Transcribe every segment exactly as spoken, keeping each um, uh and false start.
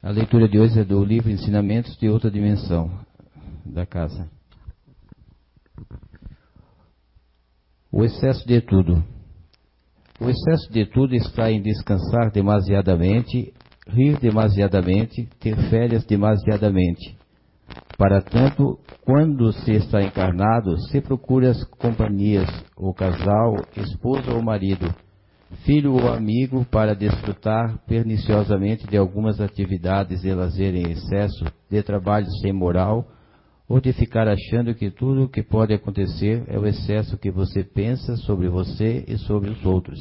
A leitura de hoje é do livro Ensinamentos de Outra Dimensão, da casa. O excesso de tudo. O excesso de tudo está em descansar demasiadamente, rir demasiadamente, ter férias demasiadamente. Para tanto, quando se está encarnado, se procura as companhias, o casal, esposa ou marido, filho ou amigo, para desfrutar perniciosamente de algumas atividades de lazer em excesso, de trabalho sem moral, ou de ficar achando que tudo o que pode acontecer é o excesso que você pensa sobre você e sobre os outros.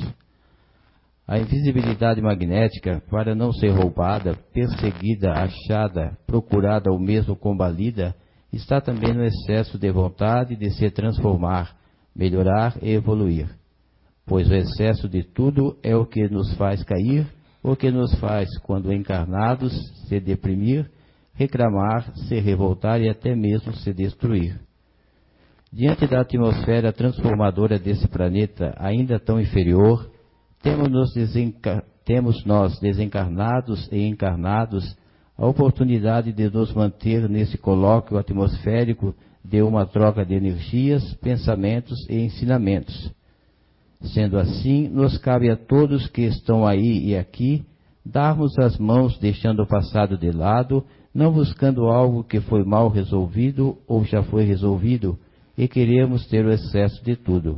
A invisibilidade magnética, para não ser roubada, perseguida, achada, procurada ou mesmo combalida, está também no excesso de vontade de se transformar, melhorar e evoluir. Pois o excesso de tudo é o que nos faz cair, o que nos faz, quando encarnados, se deprimir, reclamar, se revoltar e até mesmo se destruir. Diante da atmosfera transformadora desse planeta, ainda tão inferior, temos, nos desenca... temos nós, desencarnados e encarnados, a oportunidade de nos manter nesse colóquio atmosférico de uma troca de energias, pensamentos e ensinamentos. Sendo assim, nos cabe a todos que estão aí e aqui, darmos as mãos deixando o passado de lado, não buscando algo que foi mal resolvido ou já foi resolvido, e queremos ter o excesso de tudo.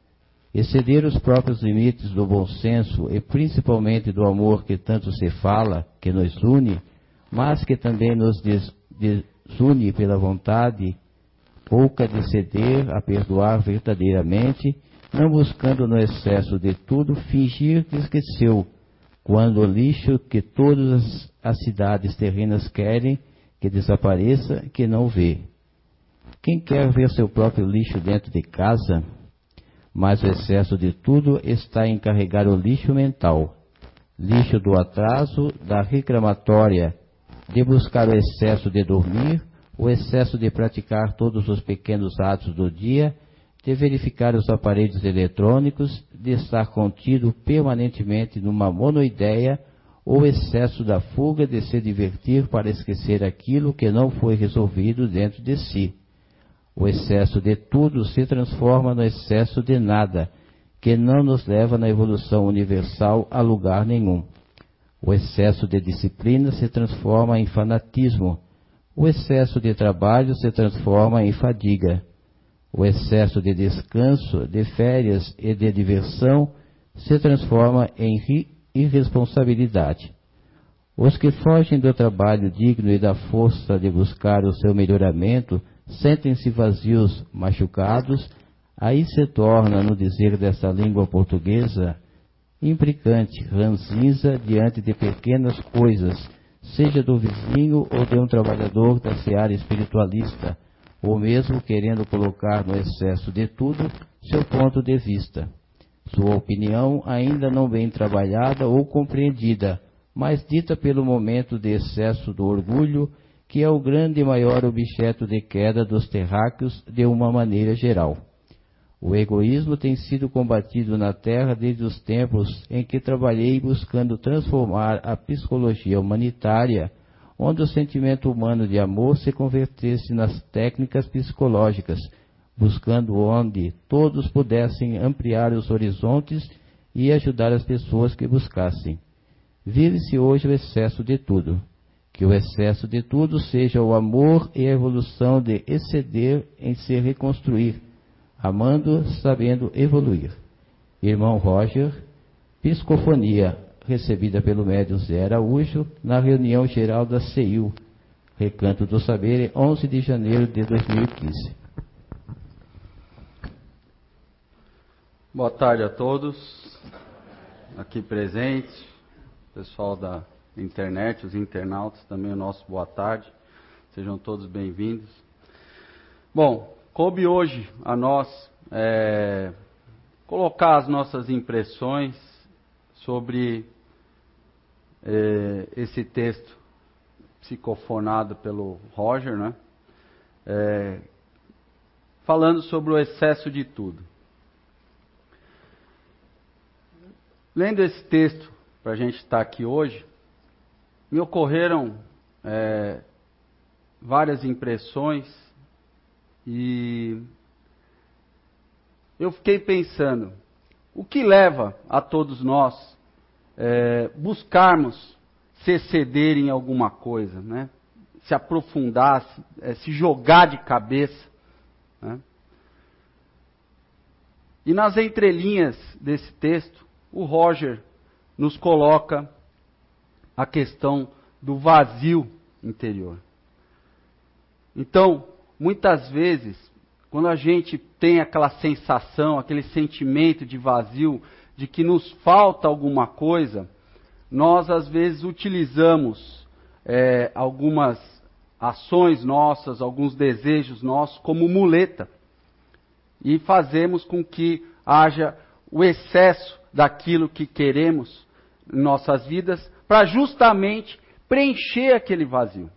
Exceder os próprios limites do bom senso e principalmente do amor que tanto se fala, que nos une, mas que também nos des, desune pela vontade pouca de ceder a perdoar verdadeiramente, não buscando no excesso de tudo fingir que esqueceu, quando o lixo que todas as cidades terrenas querem que desapareça, que não vê. Quem quer ver seu próprio lixo dentro de casa? Mas o excesso de tudo está em carregar o lixo mental, lixo do atraso, da reclamatória, de buscar o excesso de dormir, o excesso de praticar todos os pequenos atos do dia, de verificar os aparelhos eletrônicos, de estar contido permanentemente numa monoideia, ou excesso da fuga de se divertir para esquecer aquilo que não foi resolvido dentro de si. O excesso de tudo se transforma no excesso de nada, que não nos leva na evolução universal a lugar nenhum. O excesso de disciplina se transforma em fanatismo. O excesso de trabalho se transforma em fadiga. O excesso de descanso, de férias e de diversão se transforma em irresponsabilidade. Os que fogem do trabalho digno e da força de buscar o seu melhoramento sentem-se vazios, machucados, aí se torna, no dizer dessa língua portuguesa, implicante, ranzinza diante de pequenas coisas, seja do vizinho ou de um trabalhador da seara espiritualista, ou mesmo querendo colocar no excesso de tudo seu ponto de vista. Sua opinião ainda não bem trabalhada ou compreendida, mas dita pelo momento de excesso do orgulho, que é o grande e maior objeto de queda dos terráqueos de uma maneira geral. O egoísmo tem sido combatido na Terra desde os tempos em que trabalhei buscando transformar a psicologia humanitária, onde o sentimento humano de amor se convertesse nas técnicas psicológicas, buscando onde todos pudessem ampliar os horizontes e ajudar as pessoas que buscassem. Vive-se hoje o excesso de tudo. Que o excesso de tudo seja o amor e a evolução de exceder em se reconstruir, amando, sabendo evoluir. Irmão Roger, psicofonia, recebida pelo médium Zé Araújo, na reunião geral da C I U, Recanto do Saber, onze de janeiro de dois mil e quinze. Boa tarde a todos aqui presentes, pessoal da internet, os internautas, também o nosso boa tarde, sejam todos bem-vindos. Bom, coube hoje a nós é, colocar as nossas impressões sobre é, esse texto psicofonado pelo Roger, né? É, falando sobre o excesso de tudo. Lendo esse texto, para a gente estar aqui hoje, me ocorreram é, várias impressões e eu fiquei pensando, o que leva a todos nós é, buscarmos se exceder em alguma coisa, né? Se aprofundar, se, é, se jogar de cabeça, né? E nas entrelinhas desse texto, o Roger nos coloca a questão do vazio interior. Então, muitas vezes, quando a gente tem aquela sensação, aquele sentimento de vazio, de que nos falta alguma coisa, nós às vezes utilizamos é, algumas ações nossas, alguns desejos nossos como muleta. E fazemos com que haja o excesso daquilo que queremos em nossas vidas, para justamente preencher aquele vazio.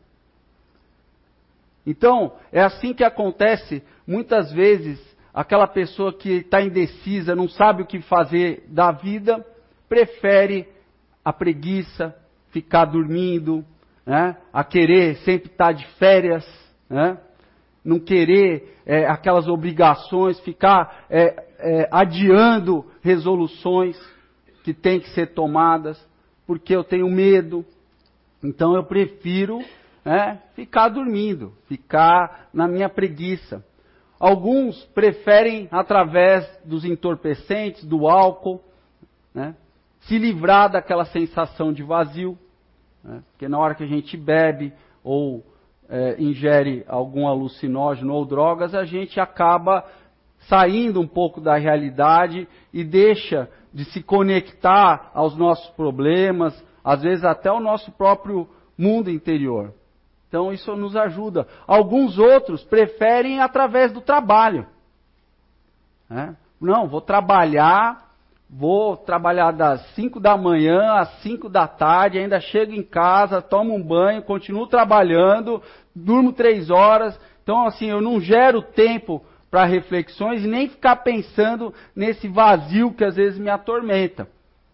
Então, é assim que acontece, muitas vezes, aquela pessoa que está indecisa, não sabe o que fazer da vida, prefere a preguiça, ficar dormindo, né? A querer sempre estar de férias, né? Não querer é, aquelas obrigações, ficar é, é, adiando resoluções que têm que ser tomadas, porque eu tenho medo. Então eu prefiro é, ficar dormindo, ficar na minha preguiça. Alguns preferem, através dos entorpecentes, do álcool, né, se livrar daquela sensação de vazio, né, porque na hora que a gente bebe ou É, ingere algum alucinógeno ou drogas, a gente acaba saindo um pouco da realidade e deixa de se conectar aos nossos problemas, às vezes até ao nosso próprio mundo interior. Então isso nos ajuda. Alguns outros preferem através do trabalho. Né? Não, vou trabalhar, vou trabalhar das cinco da manhã às cinco da tarde, ainda chego em casa, tomo um banho, continuo trabalhando, durmo três horas. Então, assim, eu não gero tempo para reflexões e nem ficar pensando nesse vazio que às vezes me atormenta.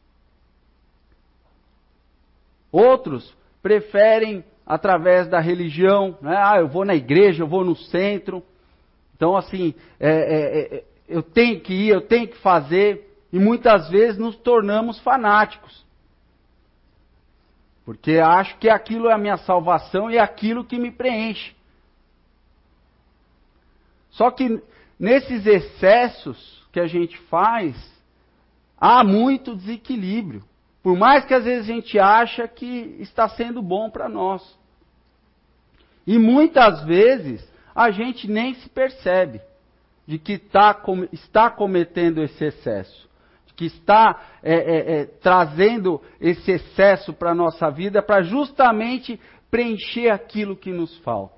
Outros preferem através da religião, né? Ah, eu vou na igreja, eu vou no centro. Então, assim, é, é, é, eu tenho que ir, eu tenho que fazer. E muitas vezes nos tornamos fanáticos. Porque acho que aquilo é a minha salvação e é aquilo que me preenche. Só que nesses excessos que a gente faz, há muito desequilíbrio. Por mais que às vezes a gente acha que está sendo bom para nós. E muitas vezes a gente nem se percebe de que tá, está cometendo esse excesso. Que está é, é, é, trazendo esse excesso para a nossa vida para justamente preencher aquilo que nos falta.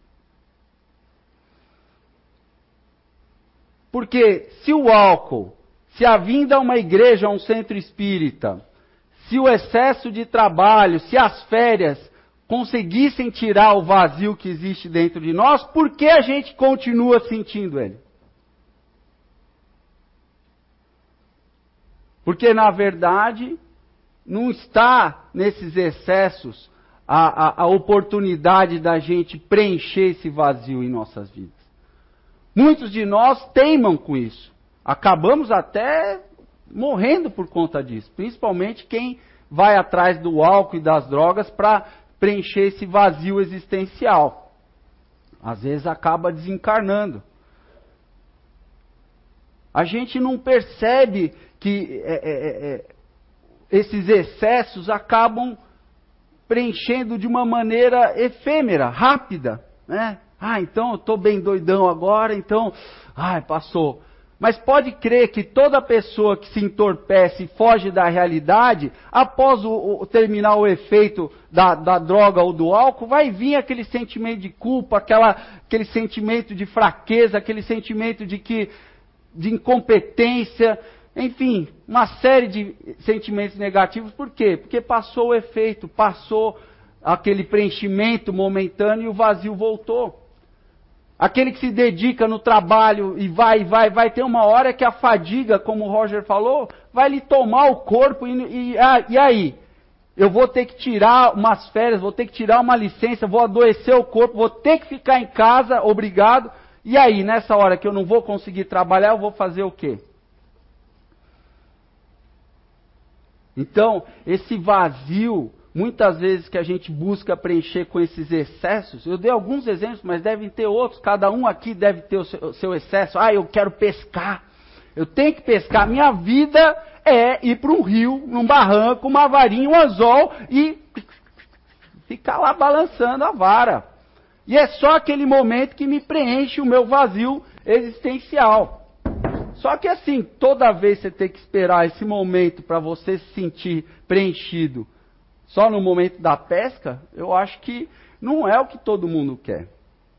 Porque se o álcool, se a vinda a uma igreja, a um centro espírita, se o excesso de trabalho, se as férias conseguissem tirar o vazio que existe dentro de nós, por que a gente continua sentindo ele? Porque, na verdade, não está nesses excessos a, a, a oportunidade da gente preencher esse vazio em nossas vidas. Muitos de nós teimam com isso. Acabamos até morrendo por conta disso. Principalmente quem vai atrás do álcool e das drogas para preencher esse vazio existencial. Às vezes acaba desencarnando. A gente não percebe que é, é, é, esses excessos acabam preenchendo de uma maneira efêmera, rápida, né? Ah, então eu estou bem doidão agora, então, ai, passou. Mas pode crer que toda pessoa que se entorpece e foge da realidade, após o, o, terminar o efeito da, da droga ou do álcool, vai vir aquele sentimento de culpa, aquela, aquele sentimento de fraqueza, aquele sentimento de que de incompetência, enfim, uma série de sentimentos negativos. Por quê? Porque passou o efeito, passou aquele preenchimento momentâneo e o vazio voltou. Aquele que se dedica no trabalho e vai, vai, vai ter uma hora que a fadiga, como o Roger falou, vai lhe tomar o corpo e, e, e aí? eu vou ter que tirar umas férias, vou ter que tirar uma licença, vou adoecer o corpo, vou ter que ficar em casa, obrigado. E aí, nessa hora que eu não vou conseguir trabalhar, eu vou fazer o quê? Então, esse vazio, muitas vezes que a gente busca preencher com esses excessos, eu dei alguns exemplos, mas devem ter outros, cada um aqui deve ter o seu, o seu excesso. Ah, eu quero pescar, eu tenho que pescar, minha vida é ir para um rio, num barranco, uma varinha, um anzol e ficar lá balançando a vara. E é só aquele momento que me preenche o meu vazio existencial. Só que assim, toda vez você tem que esperar esse momento para você se sentir preenchido, só no momento da pesca, eu acho que não é o que todo mundo quer.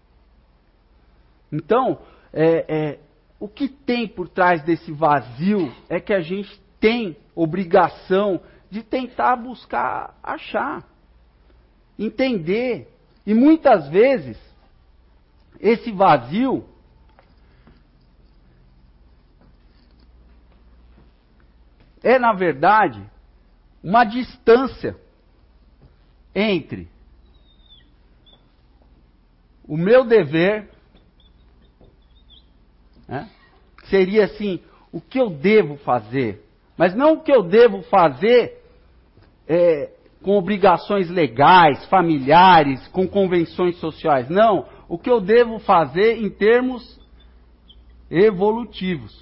Então, é, é, o que tem por trás desse vazio é que a gente tem obrigação de tentar buscar achar, entender. E muitas vezes, esse vazio é, na verdade, uma distância entre o meu dever, né, que seria assim, o que eu devo fazer, mas não o que eu devo fazer é, com obrigações legais, familiares, com convenções sociais. Não, o que eu devo fazer em termos evolutivos.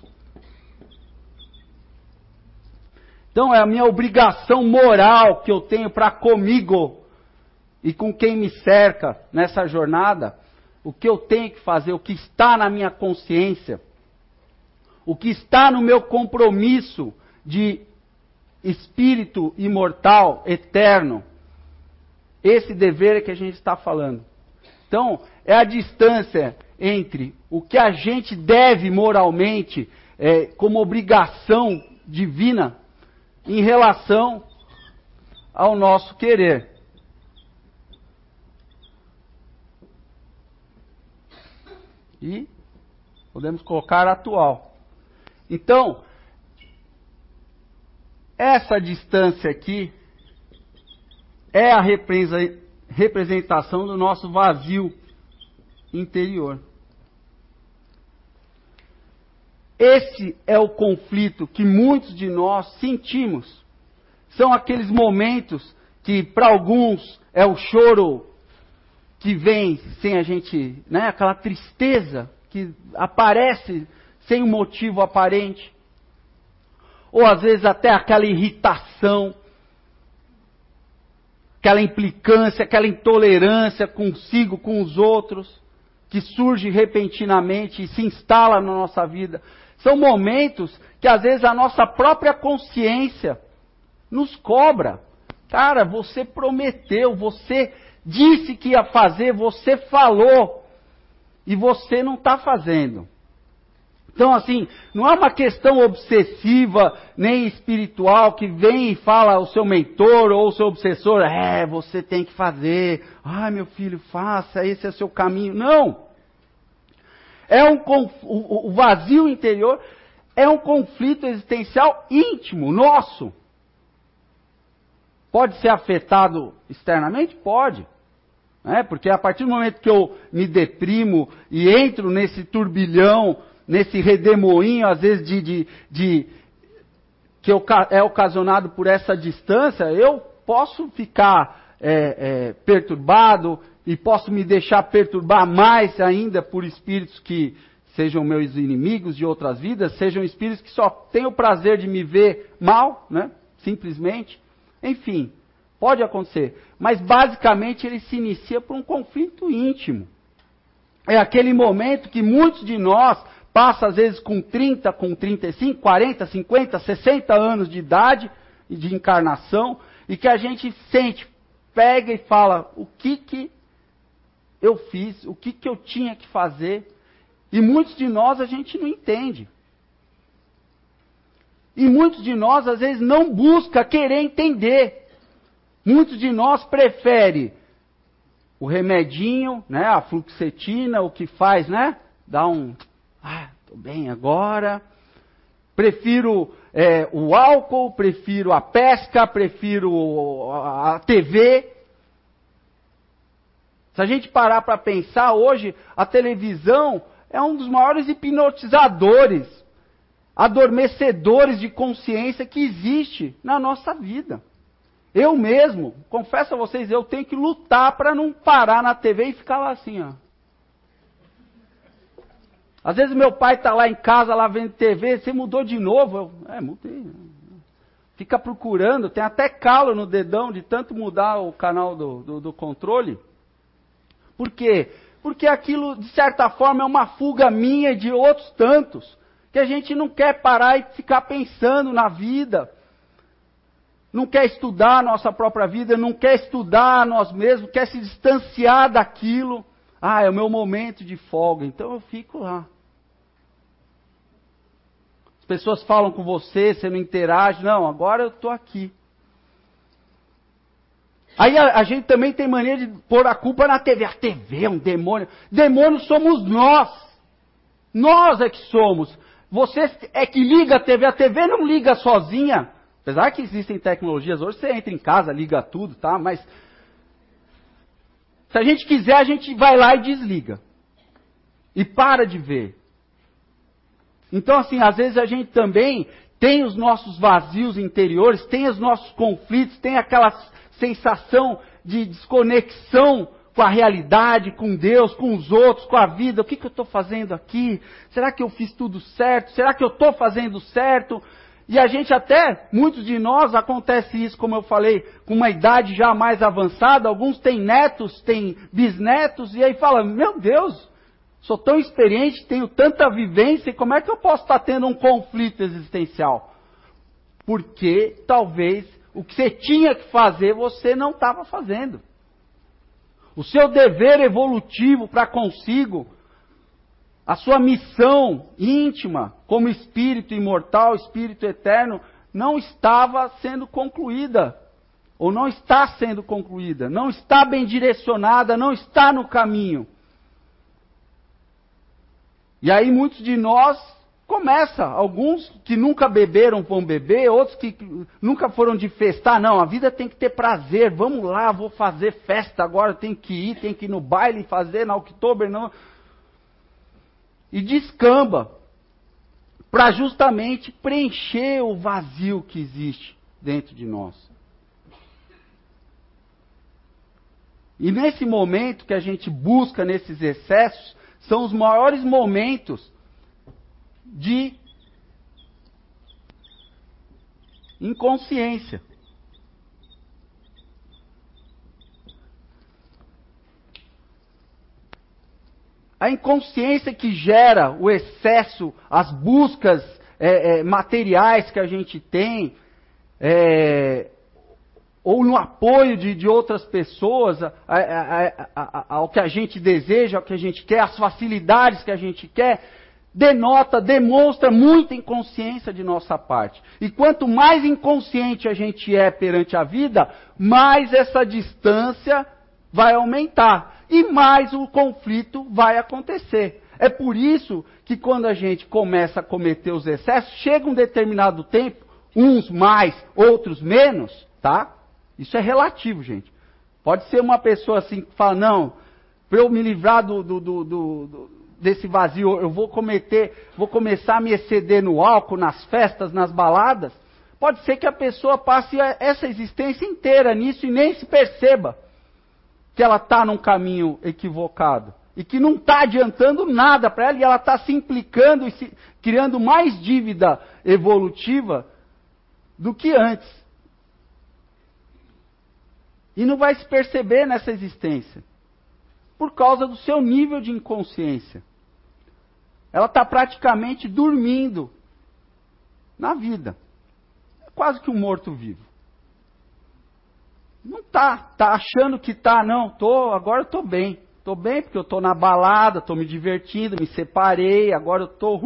Então é a minha obrigação moral que eu tenho para comigo e com quem me cerca nessa jornada, o que eu tenho que fazer, o que está na minha consciência, o que está no meu compromisso de espírito imortal, eterno. Esse dever é que a gente está falando. Então, é a distância entre o que a gente deve moralmente, é, como obrigação divina, em relação ao nosso querer. E podemos colocar atual. Então, essa distância aqui é a representação do nosso vazio interior. Esse é o conflito que muitos de nós sentimos. São aqueles momentos que para alguns é o choro que vem sem a gente, né, aquela tristeza que aparece sem um motivo aparente. Ou às vezes até aquela irritação, aquela implicância, aquela intolerância consigo, com os outros, que surge repentinamente e se instala na nossa vida. São momentos que às vezes a nossa própria consciência nos cobra. Cara, você prometeu, você disse que ia fazer, você falou, e você não está fazendo. Então, assim, não é uma questão obsessiva, nem espiritual, que vem e fala o seu mentor ou o seu obsessor, é, você tem que fazer, ai meu filho, faça, esse é o seu caminho. Não! É um, o vazio interior é um conflito existencial íntimo, nosso. Pode ser afetado externamente? Pode. É, porque a partir do momento que eu me deprimo e entro nesse turbilhão, nesse redemoinho, às vezes, de, de, de, que é ocasionado por essa distância, eu posso ficar é, é, perturbado e posso me deixar perturbar mais ainda por espíritos que sejam meus inimigos de outras vidas, sejam espíritos que só têm o prazer de me ver mal, né? Simplesmente. Enfim, pode acontecer. Mas basicamente ele se inicia por um conflito íntimo. É aquele momento que muitos de nós passam às vezes com trinta, com trinta e cinco, quarenta, cinquenta, sessenta anos de idade e de encarnação, e que a gente sente, pega e fala, o que que eu fiz, o que que eu tinha que fazer, e muitos de nós a gente não entende. E muitos de nós às vezes não busca querer entender. Muitos de nós preferem o remedinho, né, a fluoxetina, o que faz, né, dá um, ah, tô bem agora, Prefiro é, o álcool, prefiro a pesca, prefiro a, a T V. Se a gente parar para pensar, hoje a televisão é um dos maiores hipnotizadores, adormecedores de consciência que existe na nossa vida. Eu mesmo, confesso a vocês, eu tenho que lutar para não parar na T V e ficar lá assim, ó. Às vezes meu pai está lá em casa, lá vendo T V, você mudou de novo? Eu, é, mudei. Fica procurando, tem até calo no dedão de tanto mudar o canal do, do, do controle. Por quê? Porque aquilo, de certa forma, é uma fuga minha e de outros tantos, que a gente não quer parar e ficar pensando na vida, não quer estudar a nossa própria vida, não quer estudar nós mesmos, quer se distanciar daquilo. Ah, é o meu momento de folga, então eu fico lá. As pessoas falam com você, você não interage. Não, agora eu estou aqui. Aí a, a gente também tem mania de pôr a culpa na T V. A T V é um demônio. Demônio somos nós. Nós é que somos. Você é que liga a T V. A T V não liga sozinha. Apesar que existem tecnologias. Hoje você entra em casa, liga tudo, tá? Mas se a gente quiser, a gente vai lá e desliga. E para de ver. Então, assim, às vezes a gente também tem os nossos vazios interiores, tem os nossos conflitos, tem aquela sensação de desconexão com a realidade, com Deus, com os outros, com a vida. O que, que eu estou fazendo aqui? Será que eu fiz tudo certo? Será que eu estou fazendo certo? E a gente até, muitos de nós, acontece isso, como eu falei, com uma idade já mais avançada. Alguns têm netos, têm bisnetos, e aí fala, meu Deus, sou tão experiente, tenho tanta vivência, e como é que eu posso estar tendo um conflito existencial? Porque talvez o que você tinha que fazer, você não estava fazendo. O seu dever evolutivo para consigo, a sua missão íntima, como espírito imortal, espírito eterno, não estava sendo concluída. Ou não está sendo concluída. Não está bem direcionada, não está no caminho. E aí muitos de nós começam, alguns que nunca beberam vão beber, outros que nunca foram de festar. Não, a vida tem que ter prazer, vamos lá, vou fazer festa agora, tem que ir, tem que ir no baile fazer, na Oktober, não. E descamba, para justamente preencher o vazio que existe dentro de nós. E nesse momento que a gente busca nesses excessos, são os maiores momentos de inconsciência. A inconsciência que gera o excesso, as buscas é, é, materiais que a gente tem, é, ou no apoio de, de outras pessoas, a, a, a, a, ao que a gente deseja, ao que a gente quer, as facilidades que a gente quer, denota, demonstra muita inconsciência de nossa parte. E quanto mais inconsciente a gente é perante a vida, mais essa distância vai aumentar. E mais o conflito vai acontecer. É por isso que quando a gente começa a cometer os excessos, chega um determinado tempo, uns mais, outros menos, tá? Isso é relativo, gente. Pode ser uma pessoa assim que fala, não, para eu me livrar do, do, do, do, desse vazio, eu vou cometer, vou começar a me exceder no álcool, nas festas, nas baladas. Pode ser que a pessoa passe essa existência inteira nisso e nem se perceba que ela está num caminho equivocado. E que não está adiantando nada para ela, e ela está se implicando e se, criando mais dívida evolutiva do que antes. E não vai se perceber nessa existência. Por causa do seu nível de inconsciência. Ela está praticamente dormindo na vida. É quase que um morto-vivo. Não está. Está achando que está, não. Tô, agora eu estou bem. Estou bem porque eu estou na balada, estou me divertindo, me separei, agora eu estou...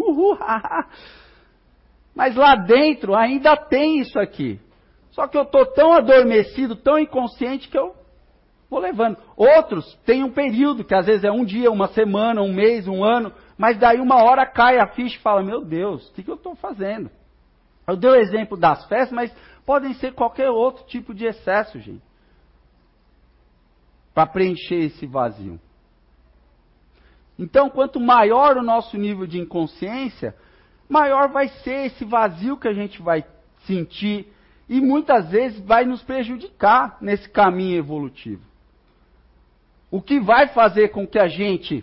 Mas lá dentro ainda tem isso aqui. Só que eu estou tão adormecido, tão inconsciente que eu vou levando. Outros têm um período, que às vezes é um dia, uma semana, um mês, um ano, mas daí uma hora cai a ficha e fala, meu Deus, o que, que eu estou fazendo? Eu dei o exemplo das festas, mas podem ser qualquer outro tipo de excesso, gente, para preencher esse vazio. Então, quanto maior o nosso nível de inconsciência, maior vai ser esse vazio que a gente vai sentir e muitas vezes vai nos prejudicar nesse caminho evolutivo. O que vai fazer com que a gente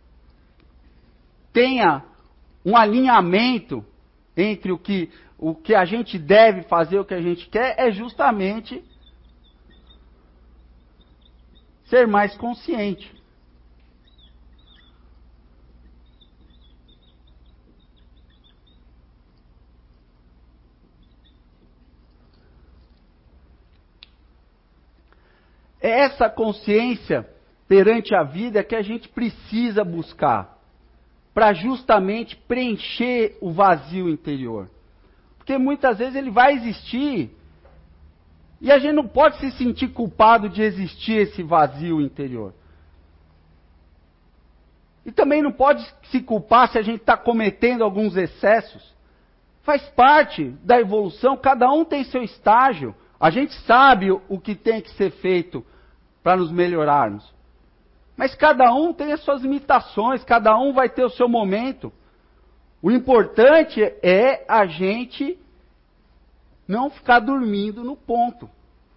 tenha um alinhamento entre o que, o que a gente deve fazer, o que a gente quer, é justamente ser mais consciente. É essa consciência perante a vida que a gente precisa buscar, para justamente preencher o vazio interior. Porque muitas vezes ele vai existir, e a gente não pode se sentir culpado de existir esse vazio interior. E também não pode se culpar se a gente está cometendo alguns excessos. Faz parte da evolução, cada um tem seu estágio. A gente sabe o que tem que ser feito para nos melhorarmos. Mas cada um tem as suas limitações, cada um vai ter o seu momento. O importante é a gente não ficar dormindo no ponto.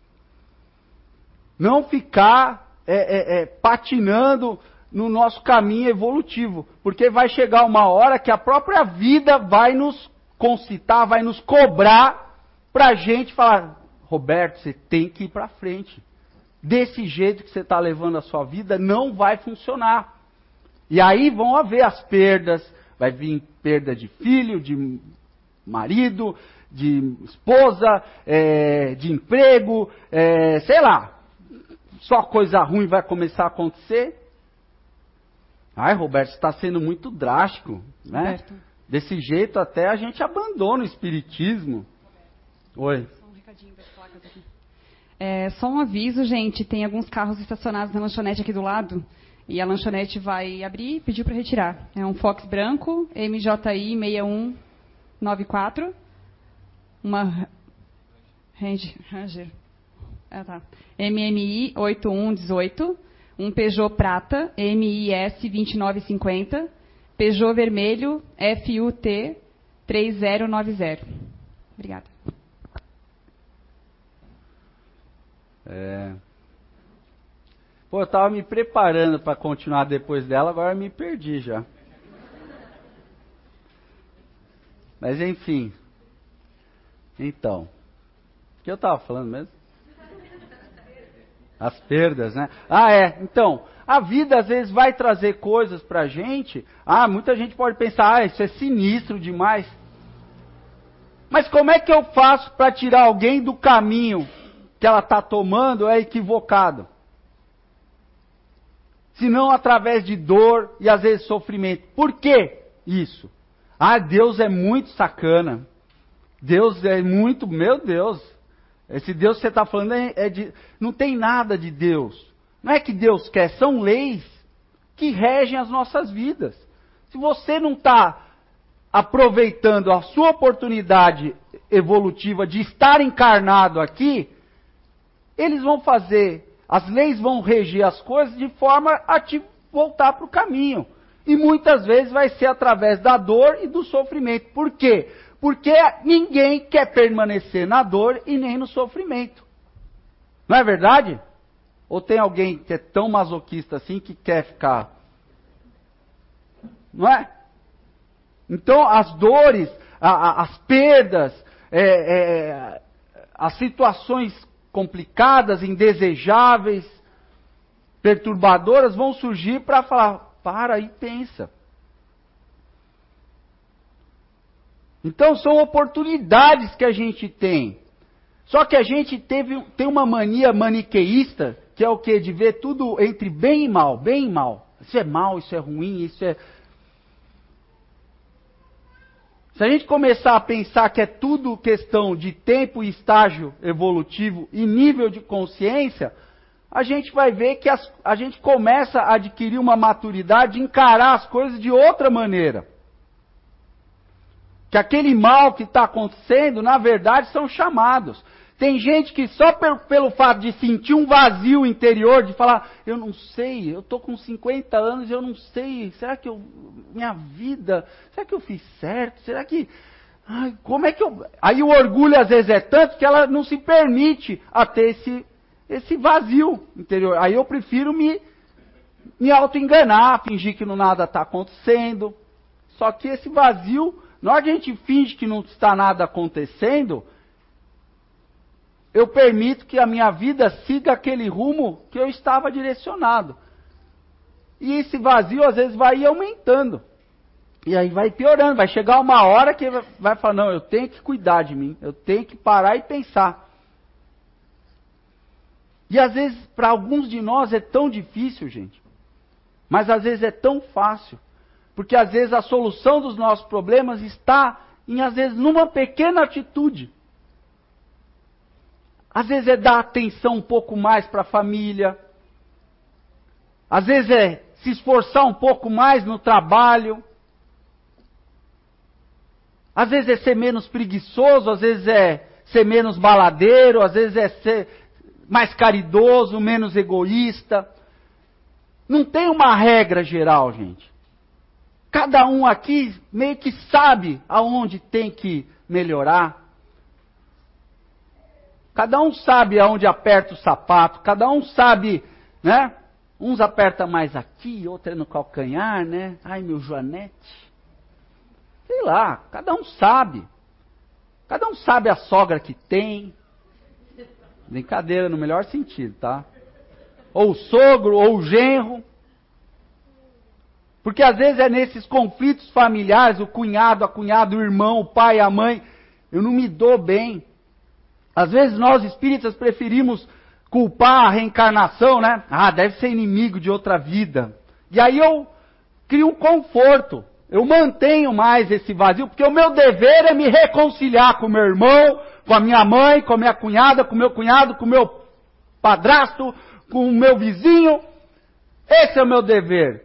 Não ficar é, é, é, patinando no nosso caminho evolutivo. Porque vai chegar uma hora que a própria vida vai nos concitar, vai nos cobrar para a gente falar: Roberto, você tem que ir para frente. Desse jeito que você está levando a sua vida, não vai funcionar. E aí vão haver as perdas, vai vir perda de filho, de marido, de esposa, é, de emprego, é, sei lá. Só coisa ruim vai começar a acontecer. Ai, Roberto, você está sendo muito drástico, né? Roberto. Desse jeito até a gente abandona o espiritismo. Oi. Só um recadinho das placas aqui. É, só um aviso, gente, tem alguns carros estacionados na lanchonete aqui do lado, e a lanchonete vai abrir e pediu para retirar. É um Fox branco, M J I seis um nove quatro, uma Ranger, Ranger ah, tá. M M I oito um um oito, um Peugeot prata, M I S vinte e nove cinquenta, Peugeot vermelho, F U T três zero nove zero. Obrigada. É... Pô, eu tava me preparando para continuar depois dela, agora me perdi já. Mas enfim. Então. O que eu tava falando mesmo? As perdas, né? Ah, é. Então, a vida às vezes vai trazer coisas pra gente. Ah, muita gente pode pensar, ah, isso é sinistro demais. Mas como é que eu faço para tirar alguém do caminho que ela está tomando é equivocado? Se não através de dor e às vezes sofrimento. Por que isso? Ah, Deus é muito sacana. Deus é muito, meu Deus. Esse Deus que você está falando é, é de, não tem nada de Deus. Não é que Deus quer, são leis que regem as nossas vidas. Se você não está aproveitando a sua oportunidade evolutiva de estar encarnado aqui, eles vão fazer, as leis vão reger as coisas de forma a te voltar para o caminho. E muitas vezes vai ser através da dor e do sofrimento. Por quê? Porque ninguém quer permanecer na dor e nem no sofrimento. Não é verdade? Ou tem alguém que é tão masoquista assim que quer ficar? Não é? Então as dores, a, a, as perdas, é, é, as situações complicadas, indesejáveis, perturbadoras vão surgir para falar, para e pensa. Então são oportunidades que a gente tem. Só que a gente teve, tem uma mania maniqueísta, que é o quê? De ver tudo entre bem e mal, bem e mal. Isso é mal, isso é ruim, isso é... Se a gente começar a pensar que é tudo questão de tempo e estágio evolutivo e nível de consciência, a gente vai ver que as, a gente começa a adquirir uma maturidade de encarar as coisas de outra maneira. Que que aquele mal que está acontecendo, na verdade, são chamados. Tem gente que só pelo, pelo fato de sentir um vazio interior, de falar, eu não sei, eu estou com cinquenta anos e eu não sei, será que eu, minha vida, será que eu fiz certo? Será que, ai, como é que eu... Aí o orgulho às vezes é tanto que ela não se permite a ter esse, esse vazio interior. Aí eu prefiro me, me auto-enganar, fingir que não nada está acontecendo. Só que esse vazio, na hora que a gente finge que não está nada acontecendo, eu permito que a minha vida siga aquele rumo que eu estava direcionado. E esse vazio às vezes vai aumentando. E aí vai piorando, vai chegar uma hora que vai falar, não, eu tenho que cuidar de mim, eu tenho que parar e pensar. E às vezes, para alguns de nós é tão difícil, gente. Mas às vezes é tão fácil. Porque às vezes a solução dos nossos problemas está, em, às vezes, numa pequena atitude. Às vezes é dar atenção um pouco mais para a família. Às vezes é se esforçar um pouco mais no trabalho. Às vezes é ser menos preguiçoso, às vezes é ser menos baladeiro, às vezes é ser mais caridoso, menos egoísta. Não tem uma regra geral, gente. Cada um aqui meio que sabe aonde tem que melhorar. Cada um sabe aonde aperta o sapato, cada um sabe, né? Uns aperta mais aqui, outro é no calcanhar, né? Ai, meu joanete. Sei lá, cada um sabe. Cada um sabe a sogra que tem. Brincadeira, no melhor sentido, tá? Ou o sogro, ou o genro. Porque às vezes é nesses conflitos familiares, o cunhado, a cunhada, o irmão, o pai, a mãe, eu não me dou bem. Às vezes nós espíritas preferimos culpar a reencarnação, né? Ah, deve ser inimigo de outra vida. E aí eu crio um conforto. Eu mantenho mais esse vazio, porque o meu dever é me reconciliar com o meu irmão, com a minha mãe, com a minha cunhada, com o meu cunhado, com o meu padrasto, com o meu vizinho. Esse é o meu dever.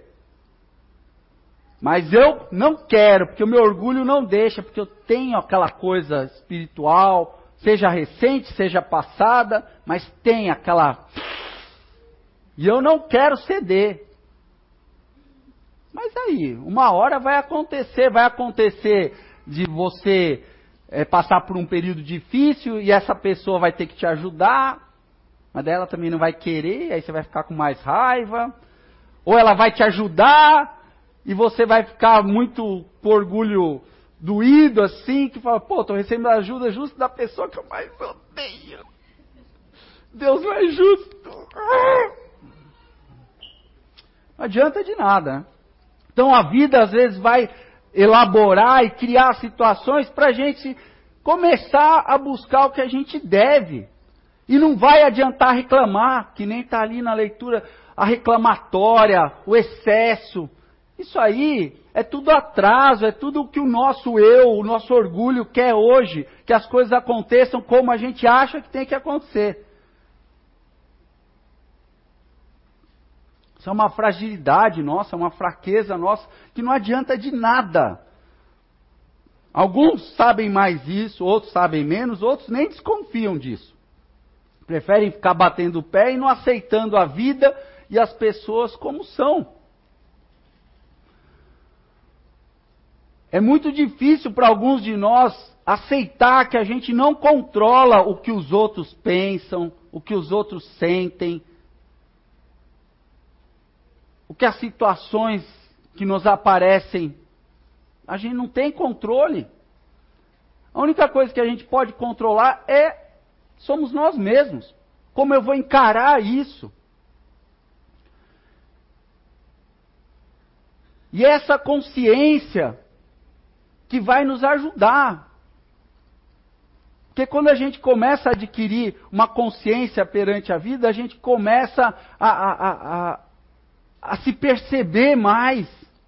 Mas eu não quero, porque o meu orgulho não deixa, porque eu tenho aquela coisa espiritual, seja recente, seja passada, mas tem aquela... E eu não quero ceder. Mas aí, uma hora vai acontecer, vai acontecer de você é, passar por um período difícil e essa pessoa vai ter que te ajudar, mas daí ela também não vai querer, aí você vai ficar com mais raiva. Ou ela vai te ajudar e você vai ficar muito com orgulho doído assim, que fala, pô, estou recebendo a ajuda justo da pessoa que eu mais odeio. Deus não é justo. Não adianta de nada, né? Então a vida às vezes vai elaborar e criar situações para a gente começar a buscar o que a gente deve. E não vai adiantar reclamar, que nem está ali na leitura, a reclamatória, o excesso. Isso aí é tudo atraso, é tudo o que o nosso eu, o nosso orgulho quer hoje, que as coisas aconteçam como a gente acha que tem que acontecer. Isso é uma fragilidade nossa, uma fraqueza nossa, que não adianta de nada. Alguns sabem mais isso, outros sabem menos, outros nem desconfiam disso. Preferem ficar batendo o pé e não aceitando a vida e as pessoas como são. É muito difícil para alguns de nós aceitar que a gente não controla o que os outros pensam, o que os outros sentem, o que as situações que nos aparecem, a gente não tem controle. A única coisa que a gente pode controlar é, somos nós mesmos. Como eu vou encarar isso? E essa consciência que vai nos ajudar. Porque quando a gente começa a adquirir uma consciência perante a vida, a gente começa a, a, a, a, a se perceber mais.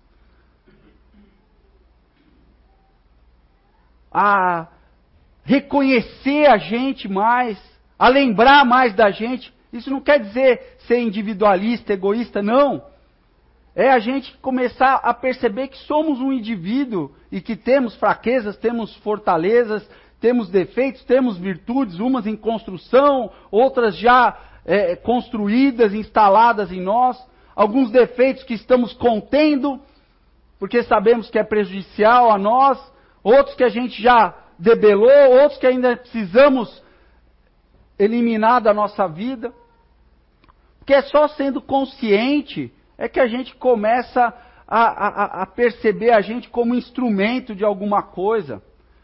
A reconhecer a gente mais, a lembrar mais da gente. Isso não quer dizer ser individualista, egoísta, não. é a gente começar a perceber que somos um indivíduo e que temos fraquezas, temos fortalezas, temos defeitos, temos virtudes, umas em construção, outras já é, construídas, instaladas em nós, alguns defeitos que estamos contendo, porque sabemos que é prejudicial a nós, outros que a gente já debelou, outros que ainda precisamos eliminar da nossa vida. Porque é só sendo consciente é que a gente começa a, a, a perceber a gente como instrumento de alguma coisa.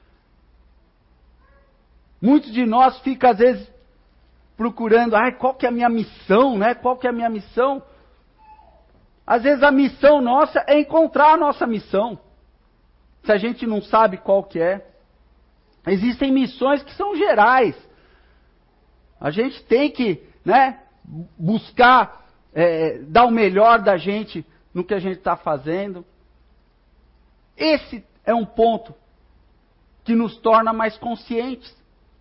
Muitos de nós ficam, às vezes, procurando, ai, qual que é a minha missão, né? Qual que é a minha missão? Às vezes a missão nossa é encontrar a nossa missão. Se a gente não sabe qual que é. Existem missões que são gerais. A gente tem que, né, buscar é, dar o melhor da gente no que a gente está fazendo. Esse é um ponto que nos torna mais conscientes.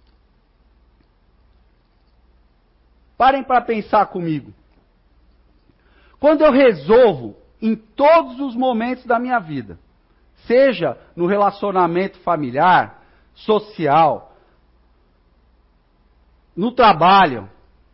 Parem para pensar comigo. Quando eu resolvo, em todos os momentos da minha vida, seja no relacionamento familiar, social, no trabalho,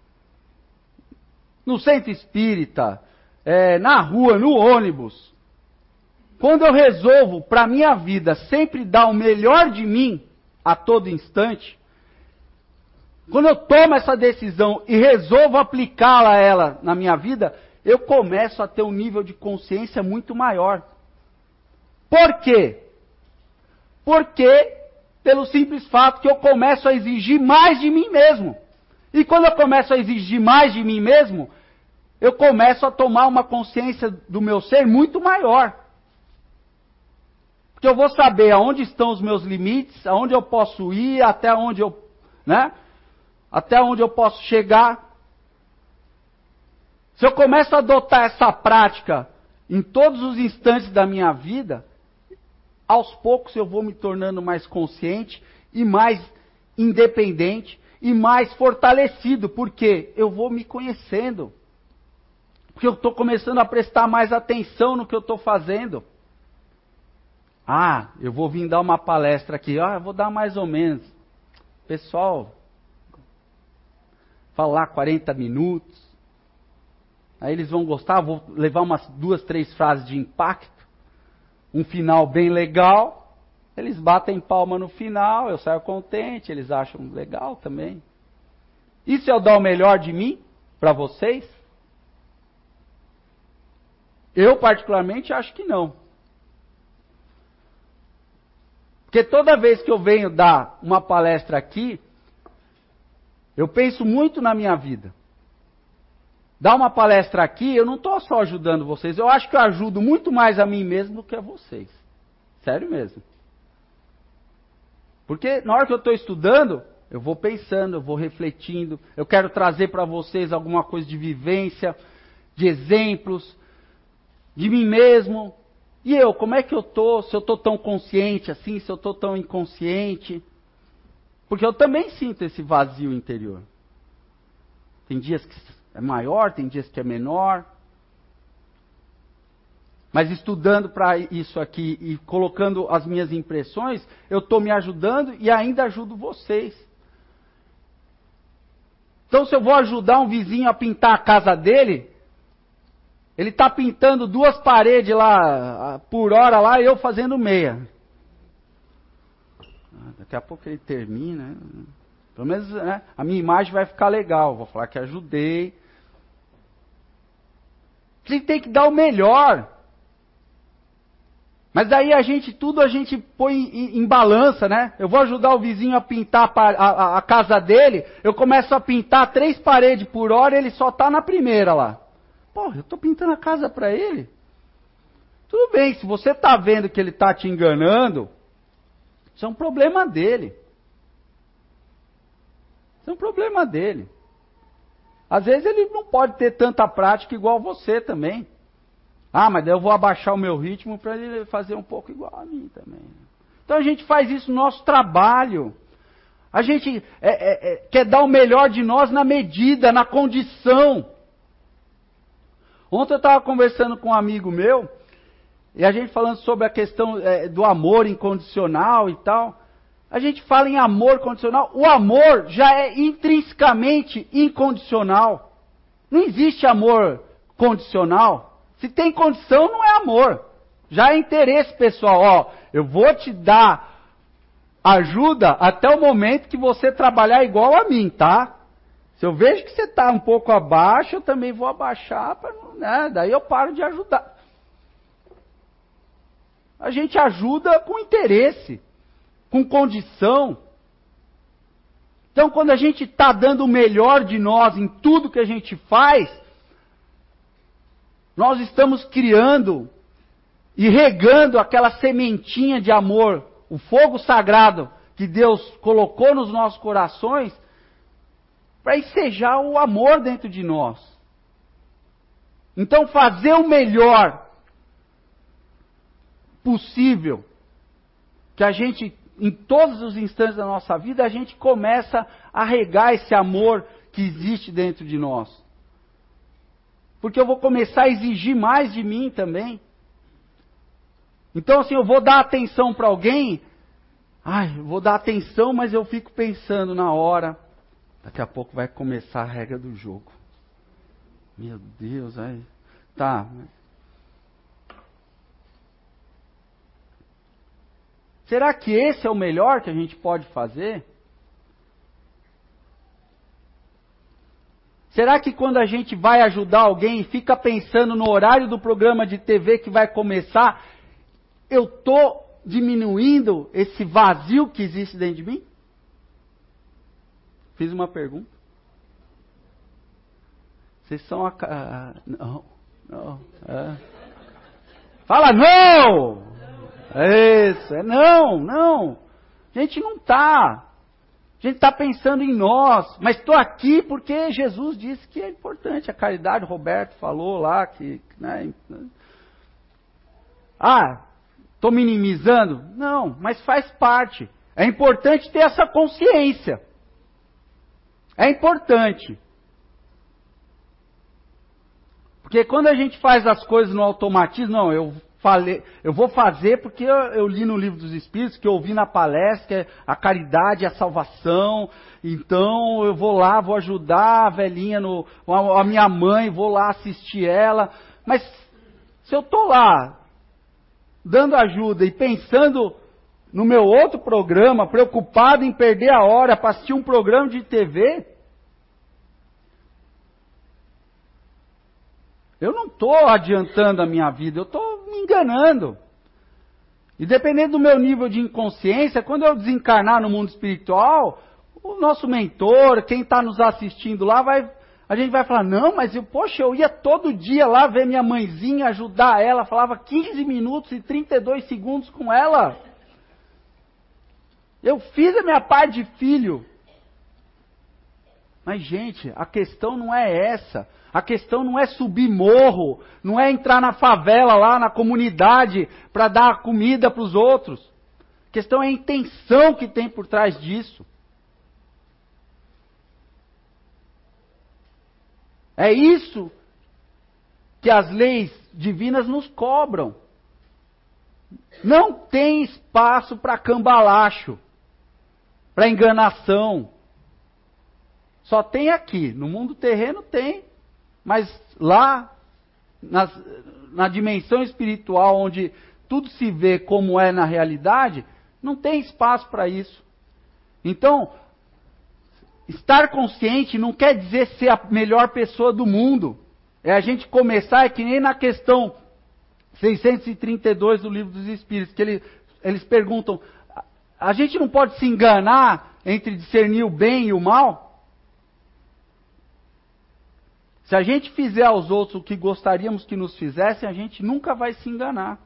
no centro espírita, é, na rua, no ônibus, quando eu resolvo para a minha vida sempre dar o melhor de mim a todo instante, quando eu tomo essa decisão e resolvo aplicá-la a ela na minha vida, eu começo a ter um nível de consciência muito maior. Por quê? Porque, pelo simples fato que eu começo a exigir mais de mim mesmo. E quando eu começo a exigir mais de mim mesmo, eu começo a tomar uma consciência do meu ser muito maior. Porque eu vou saber aonde estão os meus limites, aonde eu posso ir, até onde eu, né? Até onde eu posso chegar. Se eu começo a adotar essa prática em todos os instantes da minha vida, aos poucos eu vou me tornando mais consciente e mais independente e mais fortalecido, porque eu vou me conhecendo. Porque eu estou começando a prestar mais atenção no que eu estou fazendo. Ah, eu vou vir dar uma palestra aqui. Ah, eu vou dar mais ou menos. Pessoal, falar quarenta minutos. Aí eles vão gostar, vou levar umas duas, três frases de impacto. Um final bem legal. Eles batem palma no final, eu saio contente, eles acham legal também. Isso é o dar o melhor de mim para vocês? Eu particularmente acho que não. Porque toda vez que eu venho dar uma palestra aqui, eu penso muito na minha vida. Dar uma palestra aqui, eu não estou só ajudando vocês, eu acho que eu ajudo muito mais a mim mesmo do que a vocês. Sério mesmo. Porque na hora que eu estou estudando, eu vou pensando, eu vou refletindo, eu quero trazer para vocês alguma coisa de vivência, de exemplos, de mim mesmo. E eu, como é que eu estou? Se eu estou tão consciente assim, se eu estou tão inconsciente? Porque eu também sinto esse vazio interior. Tem dias que é maior, tem dias que é menor. Mas estudando para isso aqui e colocando as minhas impressões, eu estou me ajudando e ainda ajudo vocês. Então, se eu vou ajudar um vizinho a pintar a casa dele, ele está pintando duas paredes lá por hora lá e eu fazendo meia. Daqui a pouco ele termina. Pelo menos, né, a minha imagem vai ficar legal. Vou falar que ajudei. Você tem que dar o melhor. Mas daí a gente, tudo a gente põe em, em balança, né? Eu vou ajudar o vizinho a pintar a, a, a casa dele, eu começo a pintar três paredes por hora e ele só está na primeira lá. Pô, eu estou pintando a casa para ele. Tudo bem, se você está vendo que ele está te enganando, isso é um problema dele. Isso é um problema dele. Às vezes ele não pode ter tanta prática igual você também. Ah, mas daí eu vou abaixar o meu ritmo para ele fazer um pouco igual a mim também. Então a gente faz isso no nosso trabalho. A gente é, é, é, quer dar o melhor de nós na medida, na condição. Ontem eu estava conversando com um amigo meu, e a gente falando sobre a questão é, do amor incondicional e tal. A gente fala em amor condicional. O amor já é intrinsecamente incondicional. Não existe amor condicional. Se tem condição, não é amor. Já é interesse pessoal. Ó, eu vou te dar ajuda até o momento que você trabalhar igual a mim, tá? Se eu vejo que você está um pouco abaixo, eu também vou abaixar, pra, né? Daí eu paro de ajudar. A gente ajuda com interesse, com condição. Então, quando a gente está dando o melhor de nós em tudo que a gente faz, nós estamos criando e regando aquela sementinha de amor, o fogo sagrado que Deus colocou nos nossos corações, para ensejar o amor dentro de nós. Então, fazer o melhor possível, que a gente, em todos os instantes da nossa vida, a gente começa a regar esse amor que existe dentro de nós. Porque eu vou começar a exigir mais de mim também. Então, assim, eu vou dar atenção para alguém, ai, eu vou dar atenção, mas eu fico pensando na hora, daqui a pouco vai começar a regra do jogo. Meu Deus, aí, tá. Será que esse é o melhor que a gente pode fazer? Será que quando a gente vai ajudar alguém e fica pensando no horário do programa de T V que vai começar, eu estou diminuindo esse vazio que existe dentro de mim? Fiz uma pergunta. Vocês são a... a não, não. É. Fala não! É isso, é não, não. A gente não está. A gente está pensando em nós. Mas estou aqui porque Jesus disse que é importante. A caridade, o Roberto falou lá que... Né, ah, estou minimizando? Não, mas faz parte. É importante ter essa consciência. É importante. Porque quando a gente faz as coisas no automatismo, não, eu... Falei, eu vou fazer porque eu, eu li no Livro dos Espíritos, que eu ouvi na palestra, que é a caridade é a salvação, então eu vou lá, vou ajudar a velhinha, no, a, a minha mãe, vou lá assistir ela. Mas se eu estou lá, dando ajuda e pensando no meu outro programa, preocupado em perder a hora para assistir um programa de T V, eu não estou adiantando a minha vida, eu estou me enganando. E dependendo do meu nível de inconsciência, quando eu desencarnar no mundo espiritual, o nosso mentor, quem está nos assistindo lá, vai, a gente vai falar, não, mas eu, poxa, eu ia todo dia lá ver minha mãezinha, ajudar ela, falava quinze minutos e trinta e dois segundos com ela. Eu fiz a minha parte de filho. Mas, gente, a questão não é essa. A questão não é subir morro, não é entrar na favela lá, na comunidade, para dar comida para os outros. A questão é a intenção que tem por trás disso. É isso que as leis divinas nos cobram. Não tem espaço para cambalacho, para enganação. Só tem aqui. No mundo terreno tem. Mas lá, nas, na dimensão espiritual, onde tudo se vê como é na realidade, não tem espaço para isso. Então, estar consciente não quer dizer ser a melhor pessoa do mundo. É a gente começar, é que nem na questão seiscentos e trinta e dois do Livro dos Espíritos, que ele, eles perguntam, a gente não pode se enganar entre discernir o bem e o mal? Se a gente fizer aos outros o que gostaríamos que nos fizessem, a gente nunca vai se enganar.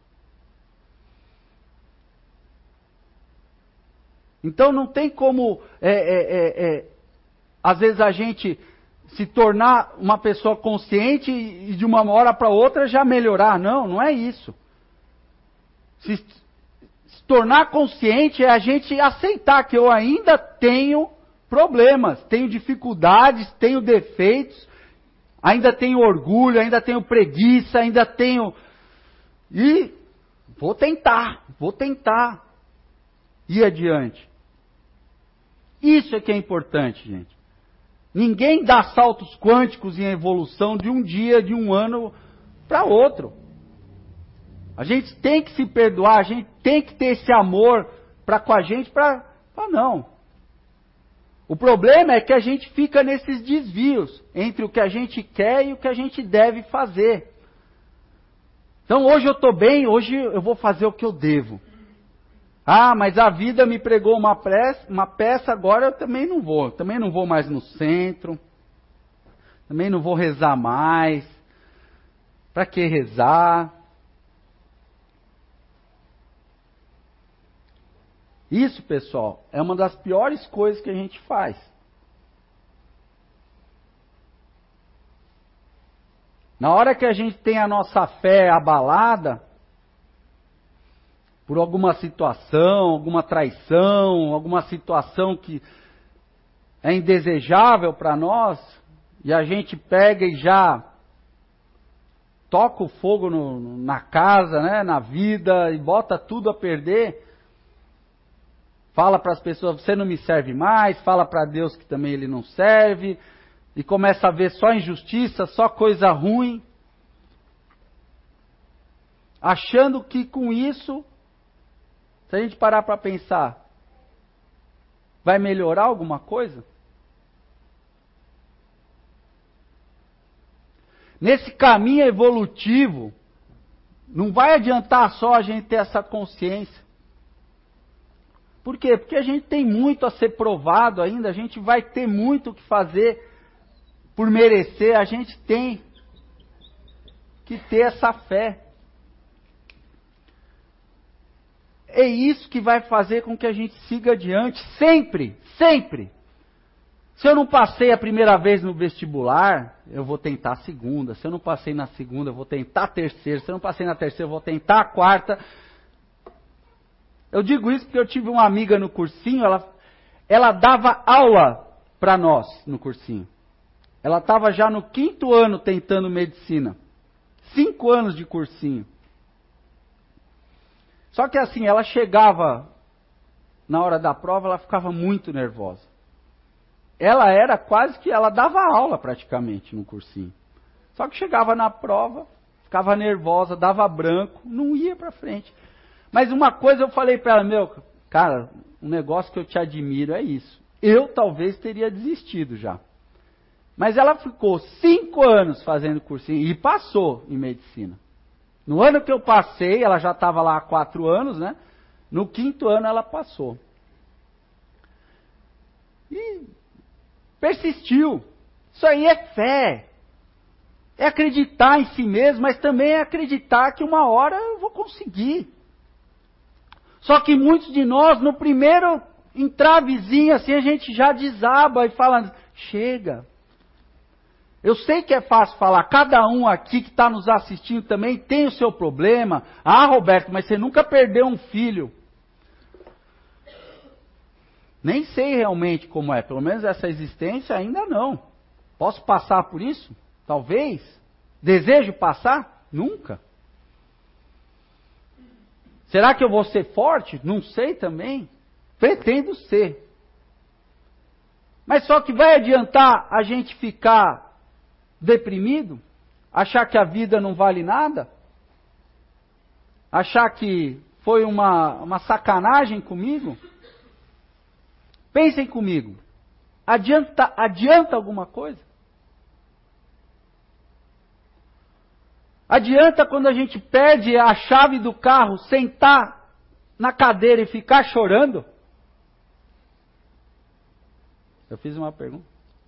Então não tem como, é, é, é, é, às vezes a gente se tornar uma pessoa consciente e de uma hora para outra já melhorar. Não, não é isso. Se, se tornar consciente é a gente aceitar que eu ainda tenho problemas, tenho dificuldades, tenho defeitos. ainda tenho orgulho, ainda tenho preguiça, ainda tenho... E vou tentar, vou tentar ir adiante. Isso é que é importante, gente. Ninguém dá saltos quânticos em evolução de um dia, de um ano para outro. A gente tem que se perdoar, a gente tem que ter esse amor para com a gente, para não. O problema é que a gente fica nesses desvios entre o que a gente quer e o que a gente deve fazer. Então hoje eu estou bem, hoje eu vou fazer o que eu devo. Ah, mas a vida me pregou uma peça, uma peça, agora eu também não vou. Também não vou mais no centro. Também não vou rezar mais. Para que rezar? Isso, pessoal, é uma das piores coisas que a gente faz. Na hora que a gente tem a nossa fé abalada por alguma situação, alguma traição, alguma situação que é indesejável para nós, e a gente pega e já toca o fogo no, na casa, né, na vida, e bota tudo a perder, fala para as pessoas, você não me serve mais, fala para Deus que também Ele não serve, e começa a ver só injustiça, só coisa ruim, achando que com isso, se a gente parar para pensar, vai melhorar alguma coisa? Nesse caminho evolutivo, não vai adiantar só a gente ter essa consciência. Por quê? Porque a gente tem muito a ser provado ainda, a gente vai ter muito o que fazer por merecer, a gente tem que ter essa fé. É isso que vai fazer com que a gente siga adiante, sempre, sempre. Se eu não passei a primeira vez no vestibular, eu vou tentar a segunda. Se eu não passei na segunda, eu vou tentar a terceira. Se eu não passei na terceira, eu vou tentar a quarta. Eu digo isso porque eu tive uma amiga no cursinho, ela, ela dava aula para nós no cursinho. Ela estava já no quinto ano tentando medicina. Cinco anos de cursinho. Só que assim, ela chegava na hora da prova, ela ficava muito nervosa. Ela era quase que, ela dava aula praticamente no cursinho. Só que chegava na prova, ficava nervosa, dava branco, não ia para frente. Mas uma coisa eu falei para ela, meu, cara, um negócio que eu te admiro é isso. Eu talvez teria desistido já. Mas ela ficou cinco anos fazendo cursinho e passou em medicina. No ano que eu passei, ela já estava lá há quatro anos, né? No quinto ano ela passou. E persistiu. Isso aí é fé. É acreditar em si mesmo, mas também é acreditar que uma hora eu vou conseguir. Só que muitos de nós, no primeiro entravezinho, assim, a gente já desaba e fala, chega. Eu sei que é fácil falar, cada um aqui que está nos assistindo também tem o seu problema. Ah, Roberto, mas você nunca perdeu um filho. Nem sei realmente como é, pelo menos essa existência ainda não. Posso passar por isso? Talvez. Desejo passar? Nunca. Será que eu vou ser forte? Não sei também. Pretendo ser. Mas só que vai adiantar a gente ficar deprimido? Achar que a vida não vale nada? Achar que foi uma, uma sacanagem comigo? Pensem comigo. Adianta, adianta alguma coisa? Adianta quando a gente perde a chave do carro, sentar na cadeira e ficar chorando? Eu fiz uma pergunta.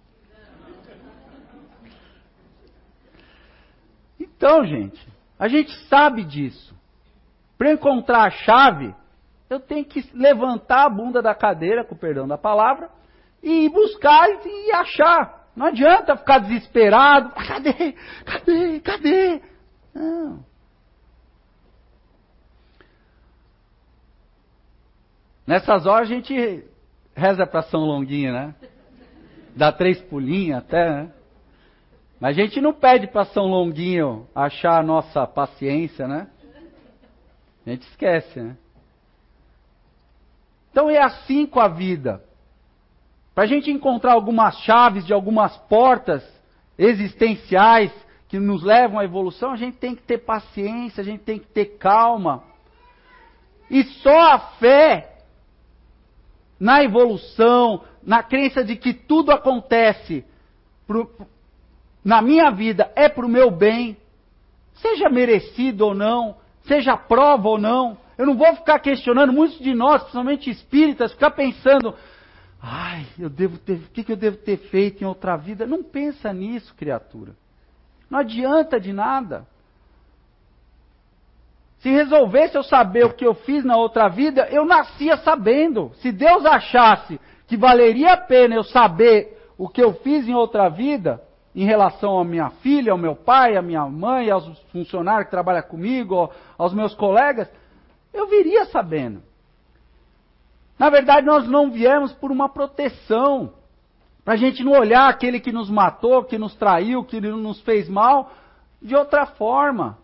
Então, gente, a gente sabe disso. Para encontrar a chave, eu tenho que levantar a bunda da cadeira, com o perdão da palavra, e ir buscar e, e achar. Não adianta ficar desesperado. Cadê? Cadê? Cadê? Não. Nessas horas a gente reza para São Longuinho, né? Dá três pulinhos até, né? Mas a gente não pede para São Longuinho achar a nossa paciência, né? A gente esquece, né? Então é assim com a vida. Para a gente encontrar algumas chaves de algumas portas existenciais que nos levam à evolução, a gente tem que ter paciência, a gente tem que ter calma. E só a fé na evolução, na crença de que tudo acontece pro, na minha vida é para o meu bem, seja merecido ou não, seja prova ou não. Eu não vou ficar questionando, muitos de nós, principalmente espíritas, ficar pensando, ai, eu devo ter, o que, que eu devo ter feito em outra vida? Não pensa nisso, criatura. Não adianta de nada. Se resolvesse eu saber o que eu fiz na outra vida, eu nascia sabendo. Se Deus achasse que valeria a pena eu saber o que eu fiz em outra vida, em relação à minha filha, ao meu pai, à minha mãe, aos funcionários que trabalham comigo, aos meus colegas, eu viria sabendo. Na verdade, nós não viemos por uma proteção, para a gente não olhar aquele que nos matou, que nos traiu, que nos fez mal, de outra forma.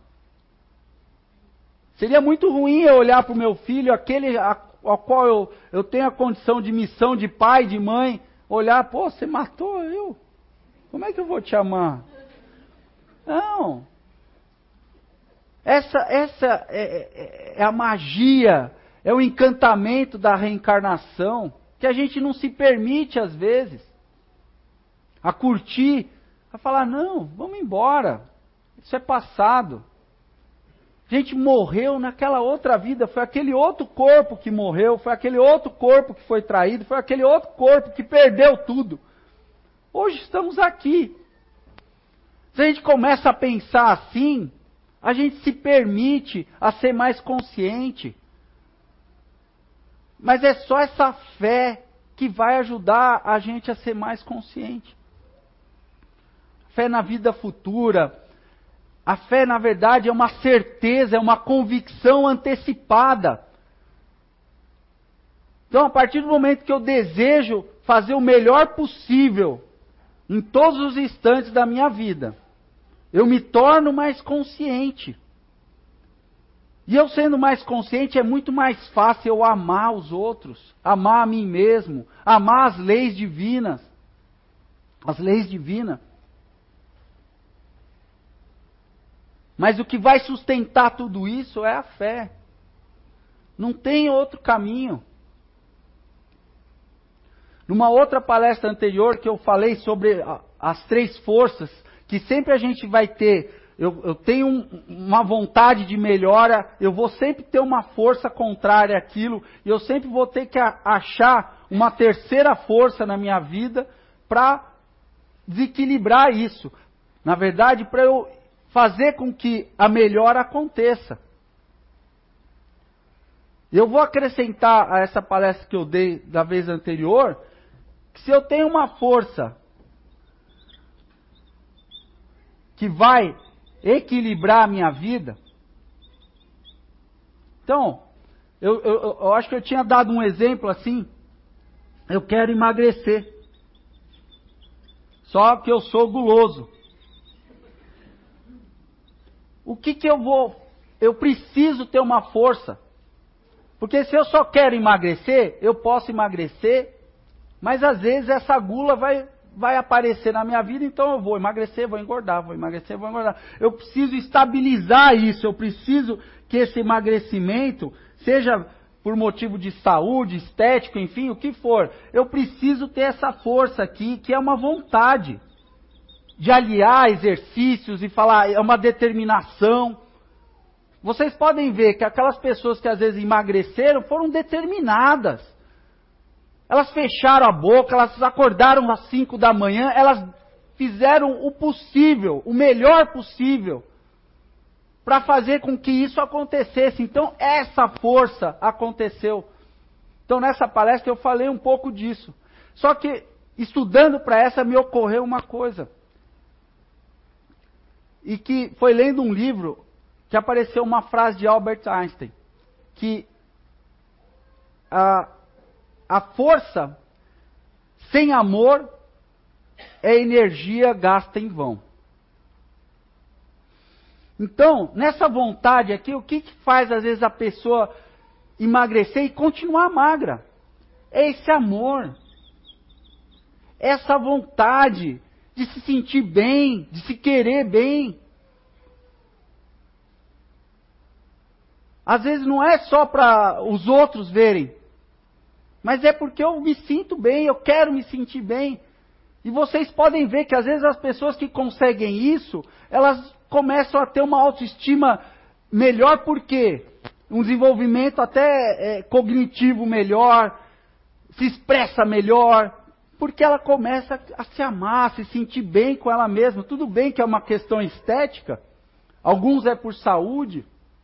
Seria muito ruim eu olhar para o meu filho, aquele ao qual eu, eu tenho a condição de missão de pai, de mãe, olhar, pô, você matou eu, como é que eu vou te amar? Não. Essa, essa é, é, é a magia, é o encantamento da reencarnação, que a gente não se permite às vezes, a curtir, a falar, não, vamos embora, isso é passado. A gente morreu naquela outra vida, foi aquele outro corpo que morreu, foi aquele outro corpo que foi traído, foi aquele outro corpo que perdeu tudo. Hoje estamos aqui. Se a gente começa a pensar assim, a gente se permite a ser mais consciente. Mas é só essa fé que vai ajudar a gente a ser mais consciente. Fé na vida futura. A fé, na verdade, é uma certeza, é uma convicção antecipada. Então, a partir do momento que eu desejo fazer o melhor possível em todos os instantes da minha vida, eu me torno mais consciente. E eu sendo mais consciente, é muito mais fácil eu amar os outros, amar a mim mesmo, amar as leis divinas. As leis divinas. Mas o que vai sustentar tudo isso é a fé. Não tem outro caminho. Numa outra palestra anterior que eu falei sobre a, as três forças, que sempre a gente vai ter, eu, eu tenho um, uma vontade de melhora, eu vou sempre ter uma força contrária àquilo, e eu sempre vou ter que a, achar uma terceira força na minha vida para desequilibrar isso. Na verdade, para eu fazer com que a melhora aconteça. Eu vou acrescentar a essa palestra que eu dei da vez anterior, que se eu tenho uma força que vai equilibrar a minha vida, então, eu, eu, eu acho que eu tinha dado um exemplo assim, eu quero emagrecer, só que eu sou guloso. O que que eu vou... Eu preciso ter uma força. Porque se eu só quero emagrecer, eu posso emagrecer, mas às vezes essa gula vai, vai aparecer na minha vida, então eu vou emagrecer, vou engordar, vou emagrecer, vou engordar. Eu preciso estabilizar isso, eu preciso que esse emagrecimento, seja por motivo de saúde, estético, enfim, o que for, eu preciso ter essa força aqui, que é uma vontade de aliar exercícios e falar, é uma determinação. Vocês podem ver que aquelas pessoas que às vezes emagreceram foram determinadas. Elas fecharam a boca, elas acordaram às cinco da manhã, elas fizeram o possível, o melhor possível, para fazer com que isso acontecesse. Então, essa força aconteceu. Então, nessa palestra eu falei um pouco disso. Só que, estudando para essa, me ocorreu uma coisa. E que foi lendo um livro que apareceu uma frase de Albert Einstein, que a, a força sem amor é energia gasta em vão. Então, nessa vontade aqui, o que, que faz às vezes a pessoa emagrecer e continuar magra? É esse amor. Essa vontade de se sentir bem, de se querer bem. Às vezes não é só para os outros verem, mas é porque eu me sinto bem, eu quero me sentir bem. E vocês podem ver que às vezes as pessoas que conseguem isso, elas começam a ter uma autoestima melhor, por quê? Um desenvolvimento até é, cognitivo melhor, se expressa melhor, porque ela começa a se amar, a se sentir bem com ela mesma. Tudo bem que é uma questão estética, alguns é por saúde.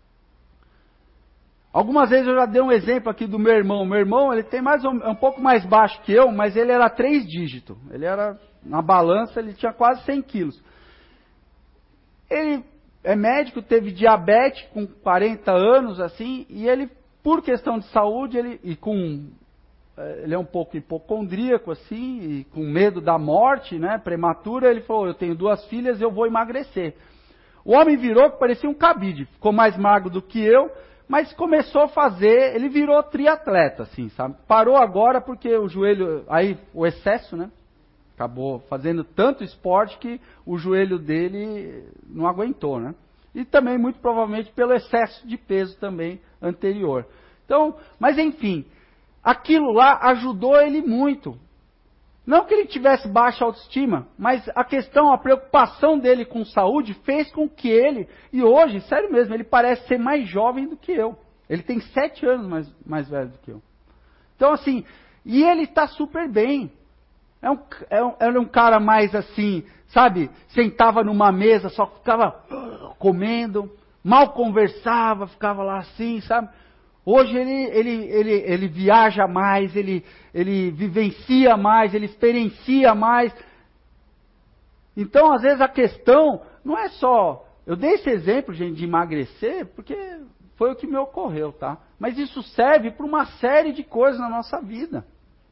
Algumas vezes eu já dei um exemplo aqui do meu irmão. Meu irmão, ele tem mais um, um pouco mais baixo que eu, mas ele era três dígitos. Ele era, na balança, ele tinha quase cem quilos. Ele é médico, teve diabetes com quarenta anos, assim, e ele, por questão de saúde, ele, e com, ele é um pouco hipocondríaco, assim, e com medo da morte, né, prematura, ele falou, eu tenho duas filhas, eu vou emagrecer. O homem virou que parecia um cabide, ficou mais magro do que eu, mas começou a fazer, ele virou triatleta, assim, sabe? Parou agora porque o joelho, aí o excesso, né? Acabou fazendo tanto esporte que o joelho dele não aguentou, né? E também, muito provavelmente, pelo excesso de peso também anterior. Então, mas enfim, aquilo lá ajudou ele muito. Não que ele tivesse baixa autoestima, mas a questão, a preocupação dele com saúde fez com que ele, e hoje, sério mesmo, ele parece ser mais jovem do que eu. Ele tem sete anos mais, mais velho do que eu. Então assim, e ele está super bem. É um, é um, era um cara mais assim, sabe, sentava numa mesa, só ficava comendo, mal conversava, ficava lá assim, sabe. Hoje ele, ele, ele, ele viaja mais, ele, ele vivencia mais, ele experiencia mais. Então, às vezes, a questão não é só... Eu dei esse exemplo, gente, de emagrecer, porque foi o que me ocorreu, tá? Mas isso serve para uma série de coisas na nossa vida.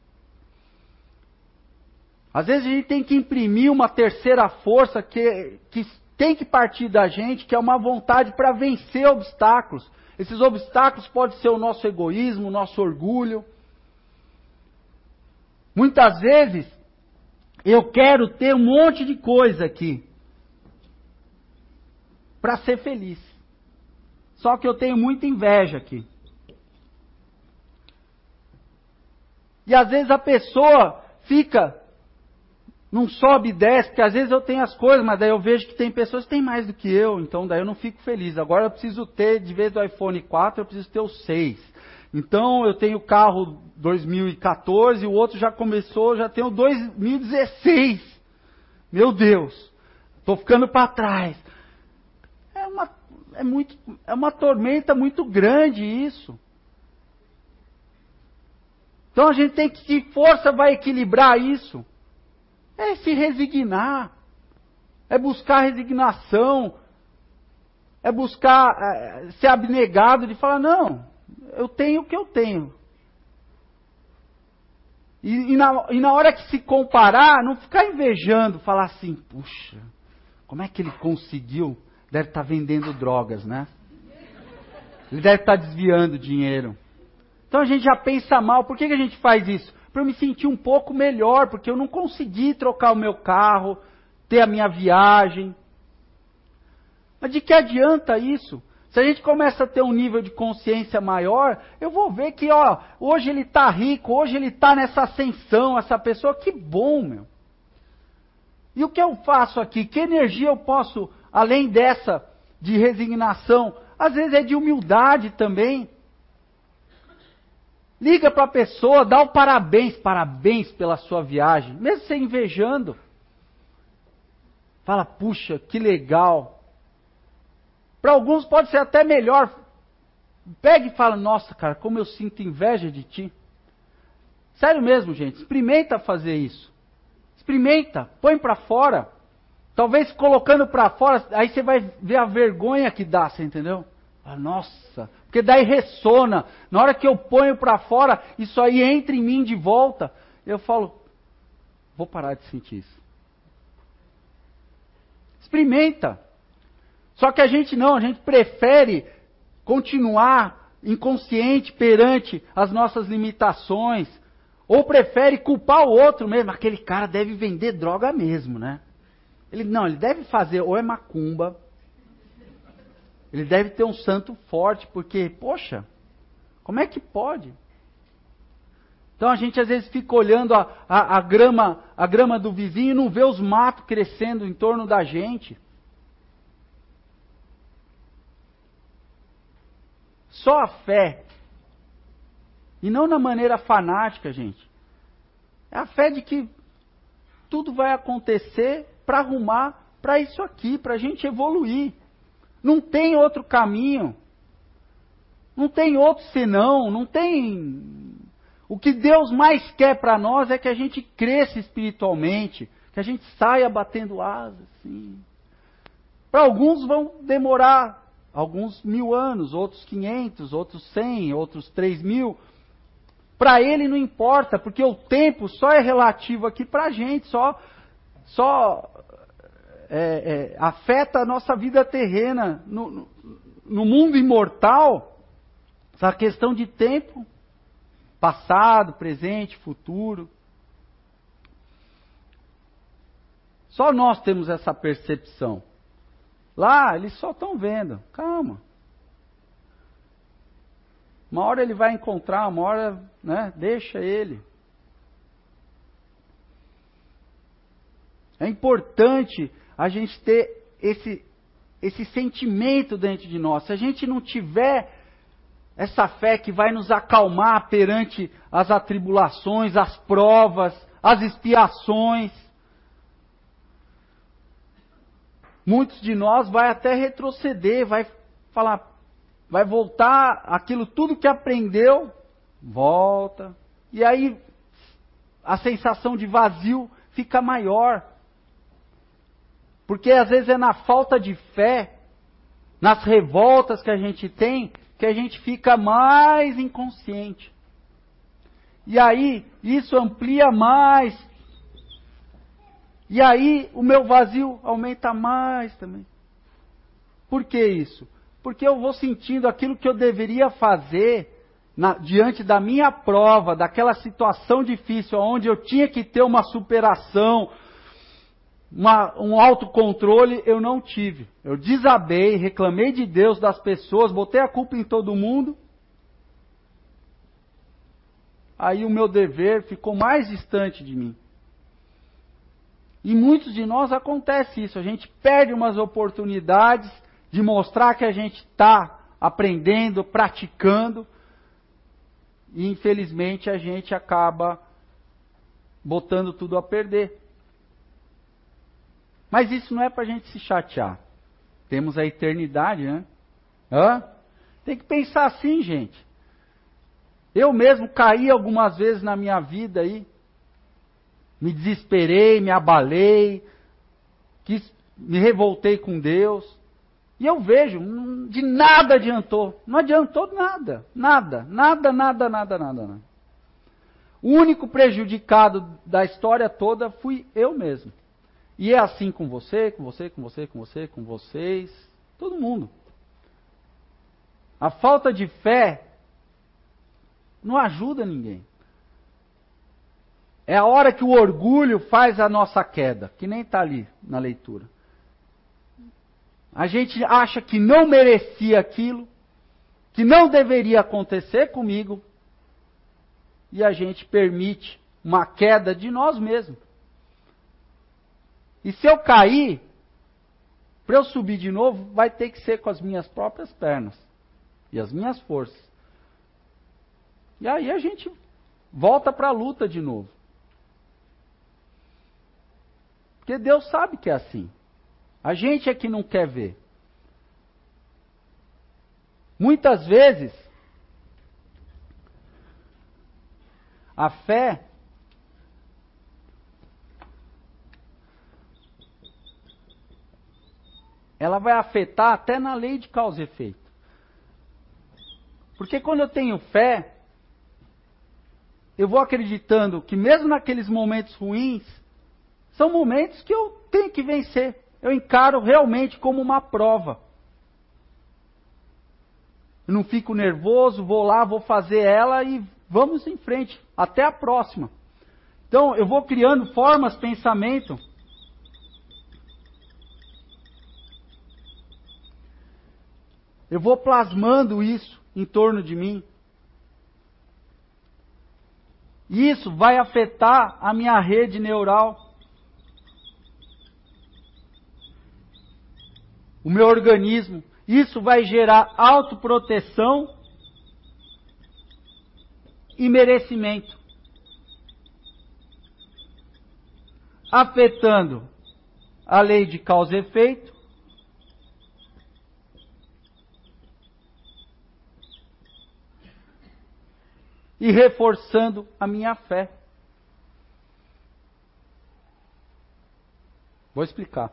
Às vezes a gente tem que imprimir uma terceira força que, que tem que partir da gente, que é uma vontade para vencer obstáculos. Esses obstáculos podem ser o nosso egoísmo, o nosso orgulho. Muitas vezes, eu quero ter um monte de coisa aqui para ser feliz. Só que eu tenho muita inveja aqui. E às vezes a pessoa fica, não sobe e desce, porque às vezes eu tenho as coisas, mas daí eu vejo que tem pessoas que têm mais do que eu, então daí eu não fico feliz. Agora eu preciso ter, de vez do iPhone quatro, eu preciso ter o seis. Então eu tenho o carro dois mil e quatorze, o outro já começou, já tenho dois mil e dezesseis. Meu Deus, estou ficando para trás. É uma, é, muito, é uma tormenta muito grande isso. Então a gente tem que, que força vai equilibrar isso? É se resignar, é buscar resignação, é buscar é, ser abnegado de falar, não, eu tenho o que eu tenho. E, e, na, e na hora que se comparar, não ficar invejando, falar assim, puxa, como é que ele conseguiu? Deve estar vendendo drogas, né? Ele deve estar desviando dinheiro. Então a gente já pensa mal, por que, que a gente faz isso? Para eu me sentir um pouco melhor, porque eu não consegui trocar o meu carro, ter a minha viagem. Mas de que adianta isso? Se a gente começa a ter um nível de consciência maior, eu vou ver que, ó, hoje ele está rico, hoje ele está nessa ascensão, essa pessoa, que bom, meu. E o que eu faço aqui? Que energia eu posso, além dessa de resignação, às vezes é de humildade também. Liga para a pessoa, dá o parabéns, parabéns pela sua viagem, mesmo você invejando. Fala, puxa, que legal. Para alguns pode ser até melhor. Pega e fala, nossa, cara, como eu sinto inveja de ti. Sério mesmo, gente, experimenta fazer isso. Experimenta, põe para fora. Talvez colocando para fora, aí você vai ver a vergonha que dá, você entendeu? Ah, nossa, porque daí ressona. Na hora que eu ponho para fora, isso aí entra em mim de volta. Eu falo, vou parar de sentir isso. Experimenta. Só que a gente não, a gente prefere continuar inconsciente perante as nossas limitações, ou prefere culpar o outro mesmo. Aquele cara deve vender droga mesmo, né? Ele, não, ele deve fazer, ou é macumba, ele deve ter um santo forte, porque, poxa, como é que pode? Então a gente às vezes fica olhando a, a, a, grama, a grama do vizinho e não vê os matos crescendo em torno da gente. Só a fé, e não na maneira fanática, gente, é a fé de que tudo vai acontecer para arrumar para isso aqui, para a gente evoluir. Não tem outro caminho, não tem outro senão, não tem... O que Deus mais quer para nós é que a gente cresça espiritualmente, que a gente saia batendo asas, assim. Para alguns vão demorar alguns mil anos, outros quinhentos, outros cem, outros três mil. Para ele não importa, porque o tempo só é relativo aqui para a gente, só, só é, é, afeta a nossa vida terrena. No, no, no mundo imortal, essa questão de tempo, passado, presente, futuro. Só nós temos essa percepção. Lá, eles só estão vendo. Calma. Uma hora ele vai encontrar, uma hora, né, deixa ele. É importante a gente ter esse, esse sentimento dentro de nós. Se a gente não tiver essa fé que vai nos acalmar perante as atribulações, as provas, as expiações, muitos de nós vai até retroceder, vai falar, vai voltar aquilo tudo que aprendeu, volta. E aí a sensação de vazio fica maior. Porque às vezes é na falta de fé, nas revoltas que a gente tem, que a gente fica mais inconsciente. E aí isso amplia mais. E aí o meu vazio aumenta mais também. Por que isso? Porque eu vou sentindo aquilo que eu deveria fazer na, diante da minha prova, daquela situação difícil, onde eu tinha que ter uma superação, uma, um autocontrole, eu não tive. Eu desabei, reclamei de Deus, das pessoas, botei a culpa em todo mundo. Aí o meu dever ficou mais distante de mim. E muitos de nós acontece isso, a gente perde umas oportunidades de mostrar que a gente está aprendendo, praticando, e infelizmente a gente acaba botando tudo a perder. Mas isso não é para a gente se chatear. Temos a eternidade, né? Hã? Tem que pensar assim, gente. Eu mesmo caí algumas vezes na minha vida aí, me desesperei, me abalei, quis, me revoltei com Deus. E eu vejo, de nada adiantou. Não adiantou nada. Nada, nada, nada, nada, nada. nada. O único prejudicado da história toda fui eu mesmo. E é assim com você, com você, com você, com você, com vocês, todo mundo. A falta de fé não ajuda ninguém. É a hora que o orgulho faz a nossa queda, que nem está ali na leitura. A gente acha que não merecia aquilo, que não deveria acontecer comigo, e a gente permite uma queda de nós mesmos. E se eu cair, para eu subir de novo, vai ter que ser com as minhas próprias pernas e as minhas forças. E aí a gente volta para a luta de novo. Porque Deus sabe que é assim. A gente é que não quer ver. Muitas vezes, a fé ela vai afetar até na lei de causa e efeito. Porque quando eu tenho fé, eu vou acreditando que mesmo naqueles momentos ruins, são momentos que eu tenho que vencer. Eu encaro realmente como uma prova. Eu não fico nervoso, vou lá, vou fazer ela e vamos em frente. Até a próxima. Então, eu vou criando formas, pensamento. Eu vou plasmando isso em torno de mim. E isso vai afetar a minha rede neural. O meu organismo. Isso vai gerar autoproteção e merecimento. Afetando a lei de causa e efeito. E reforçando a minha fé. Vou explicar.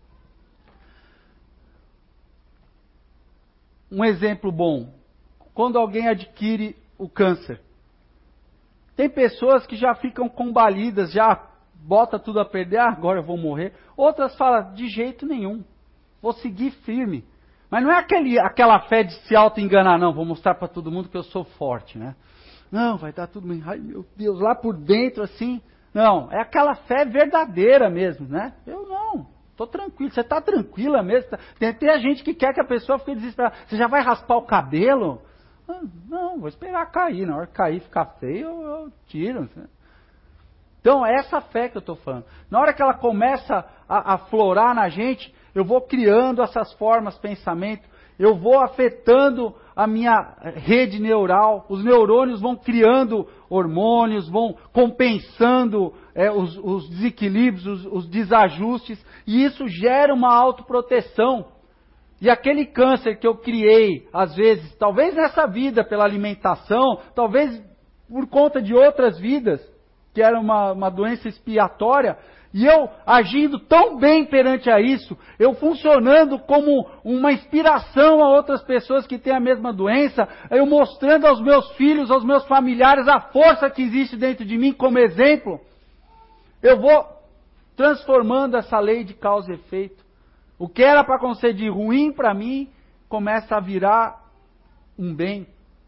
Um exemplo bom. Quando alguém adquire o câncer. Tem pessoas que já ficam combalidas, já bota tudo a perder, ah, agora eu vou morrer. Outras falam, de jeito nenhum. Vou seguir firme. Mas não é aquele, aquela fé de se auto-enganar, não. Vou mostrar para todo mundo que eu sou forte, né? Não, vai dar tudo bem. Ai, meu Deus, lá por dentro, assim. Não, é aquela fé verdadeira mesmo, né? Eu não, estou tranquilo. Você está tranquila mesmo? Tem, tem a gente que quer que a pessoa fique desesperada. Você já vai raspar o cabelo? Ah, não, vou esperar cair. Na hora que cair, ficar feio, eu, eu tiro. Então, é essa fé que eu estou falando. Na hora que ela começa a, a florar na gente, eu vou criando essas formas, pensamento. Eu vou afetando a minha rede neural, os neurônios vão criando hormônios, vão compensando é, os, os desequilíbrios, os, os desajustes, e isso gera uma autoproteção. E aquele câncer que eu criei, às vezes, talvez nessa vida pela alimentação, talvez por conta de outras vidas, que era uma, uma doença expiatória, e eu agindo tão bem perante a isso, eu funcionando como uma inspiração a outras pessoas que têm a mesma doença, eu mostrando aos meus filhos, aos meus familiares a força que existe dentro de mim como exemplo, eu vou transformando essa lei de causa e efeito. O que era para conceder ruim para mim, começa a virar um bem.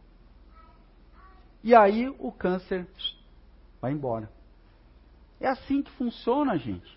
E aí o câncer vai embora. É assim que funciona, gente.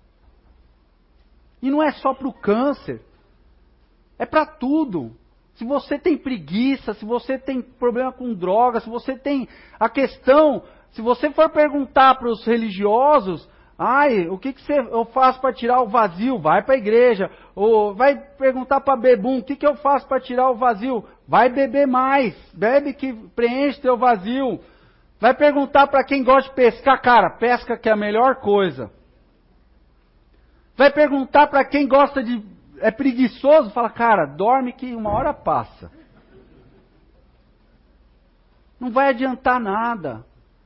E não é só para o câncer. É para tudo. Se você tem preguiça, se você tem problema com droga, se você tem a questão... Se você for perguntar para os religiosos... Ai, o que, que você, eu faço para tirar o vazio? Vai para a igreja. Ou vai perguntar para bebum, o que, que eu faço para tirar o vazio? Vai beber mais. Bebe que preenche teu vazio. Vai perguntar para quem gosta de pescar, cara, pesca que é a melhor coisa. Vai perguntar para quem gosta de, é preguiçoso, fala, cara, dorme que uma hora passa. Não vai adiantar nada.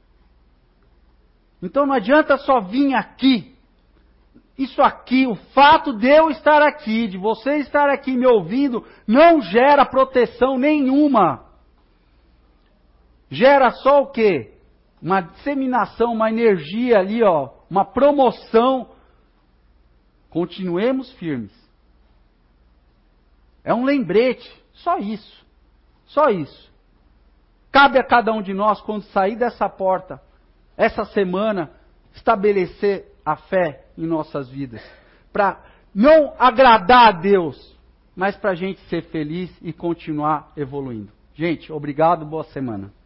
Então não adianta só vir aqui. Isso aqui, o fato de eu estar aqui, de você estar aqui me ouvindo, não gera proteção nenhuma. Gera só o quê? Uma disseminação, uma energia ali, ó, uma promoção. Continuemos firmes. É um lembrete, só isso. Só isso. Cabe a cada um de nós, quando sair dessa porta, essa semana, estabelecer a fé em nossas vidas. Para não agradar a Deus, mas para a gente ser feliz e continuar evoluindo. Gente, obrigado, boa semana.